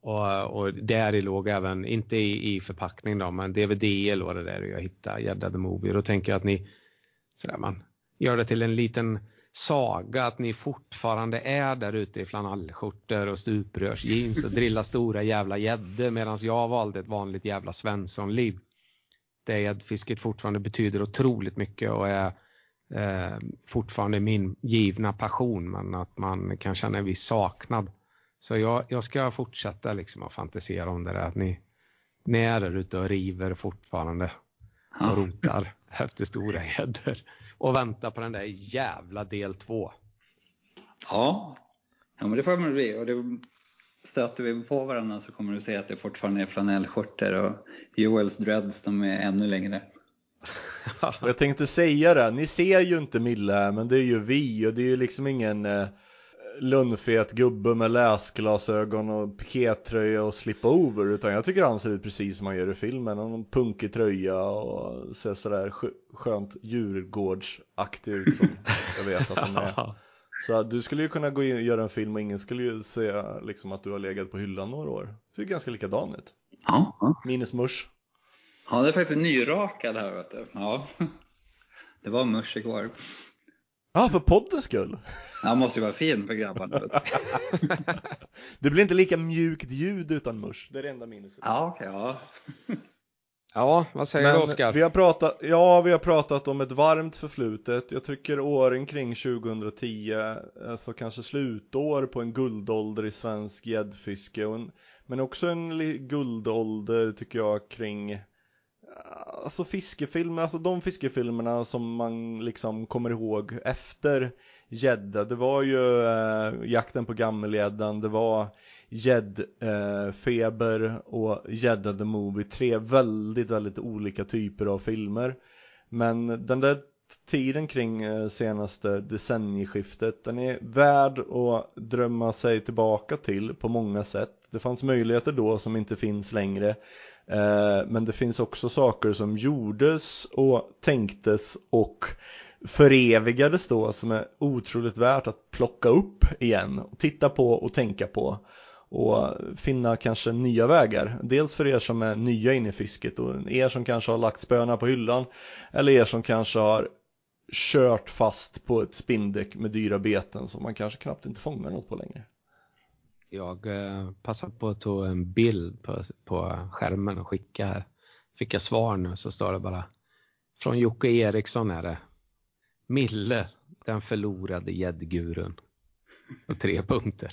Och, och där låg även, inte i, i förpackning då, men D V D eller vad det där jag hittade, Gädda the Movie. Då tänker jag att ni, sådär man, gör det till en liten saga att ni fortfarande är där ute i flanellskjortor och stuprörsjeans och drillar stora jävla gäddor, medan jag valde ett vanligt jävla Svenssonliv. Det gäddfisket fortfarande betyder otroligt mycket och är eh, fortfarande min givna passion, men att man kan känna en viss saknad. Så jag, jag ska fortsätta liksom att fantisera om det där, att ni, ni är där ute och river fortfarande och rotar efter stora gäddor och väntar på den där jävla del två. Ja, ja men det får man bli. Och det stöter vi på varandra så kommer du se att det fortfarande är flanellskjortor och Joels dreads, de är ännu längre. Och jag tänkte säga det, ni ser ju inte Mille här, men det är ju vi, och det är ju liksom ingen eh, lunnfet gubbe med läsglasögon och pikétröja och slip-over, utan jag tycker han ser ut precis som han gör i filmen, och någon punkig tröja och ser sådär skönt djurgårdsaktig ut som jag vet att han är. Så du skulle ju kunna gå in och göra en film och ingen skulle ju säga liksom att du har legat på hyllan några år. Det är ganska likadan ut. Ja, ja. Minus musch. Ja, det är faktiskt en nyrakad här, vet du. Ja, det var musch igår. Ja, för poddens skull. Ja, måste ju vara fin för grabbarna. Det blir inte lika mjukt ljud utan musch. Det är det enda minuset. Ja, okej, okay, ja. Ja, vad säger Men du, Oskar? Vi har pratat, ja, vi har pratat om ett varmt förflutet. Jag tycker åren kring tjugohundratio, alltså kanske slutår på en guldålder i svensk gäddfiske. Och en, men också en guldålder tycker jag kring alltså fiskefilmer, alltså de fiskefilmerna som man liksom kommer ihåg efter gädda. Det var ju äh, Jakten på gammelgäddan, det var Gäddfeber äh, och Gädda the Movie. Tre väldigt, väldigt olika typer av filmer. Men den där tiden kring äh, senaste decennieskiftet, den är värd att drömma sig tillbaka till på många sätt. Det fanns möjligheter då som inte finns längre. Eh, men det finns också saker som gjordes och tänktes och förevigades då som är otroligt värt att plocka upp igen och titta på och tänka på och finna kanske nya vägar. Dels för er som är nya in i fisket och er som kanske har lagt spöna på hyllan, eller er som kanske har kört fast på ett spinndäck med dyra beten som man kanske knappt inte fångar något på längre. Jag eh, passar på att ta en bild på, på skärmen och skicka här. Fick jag svar nu, så står det bara från Jocke Eriksson är det: Mille, den förlorade gäddgurun. Och tre punkter.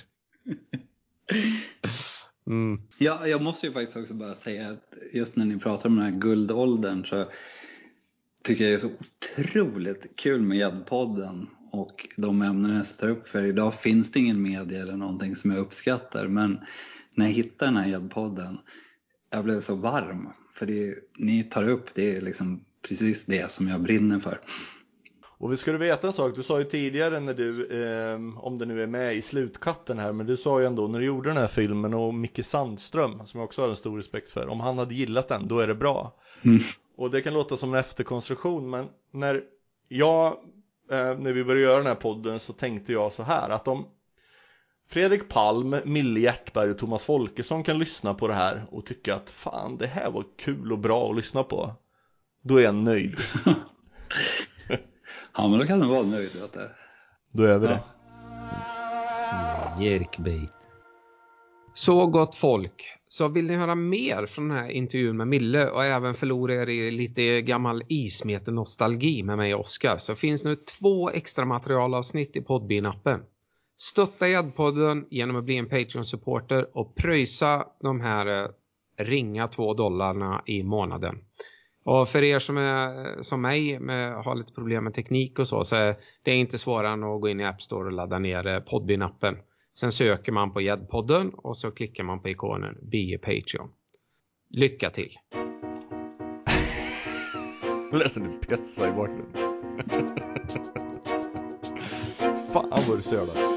Mm. Ja, jag måste ju faktiskt också bara säga att just när ni pratar om den här guldåldern så tycker jag det är så otroligt kul med Gäddpodden och de ämnen jag tar upp. För idag finns det ingen media eller någonting som jag uppskattar. Men när jag hittade den här Gäddpodden, jag blev så varm. För det ni tar upp, det är liksom precis det som jag brinner för. Och vi skulle veta en sak, du sa ju tidigare när du, eh, om det nu är med i slutkatten här, men du sa ju ändå när du gjorde den här filmen och Micke Sandström, som jag också har en stor respekt för, om han hade gillat den, då är det bra. Mm. Och det kan låta som en efterkonstruktion, men när jag, eh, när vi började göra den här podden så tänkte jag så här, att om Fredrik Palm, Mille Hjertberg och Thomas Folkesson kan lyssna på det här och tycka att fan, det här var kul och bra att lyssna på, då är jag nöjd. Ja, men då kan du vara nöjd att det. Då är vi det. Ja. Jerkbait. Så gott folk. Så vill ni höra mer från den här intervjun med Mille och även förlora er i lite gammal ismeten nostalgi med mig och Oskar, så finns nu två extra materialavsnitt i Podbean-appen. Stötta Gäddpodden genom att bli en Patreon-supporter och pröjsa de här ringa två dollarna i månaden. Och för er som är som mig, med, har lite problem med teknik och så, så är det inte svårare än att gå in i App Store och ladda ner Podbean-appen. Sen söker man på Gäddpodden och så klickar man på ikonen Be a Patreon. Lycka till! Läser du pessa i bakgrunden? Fan vad du ser det.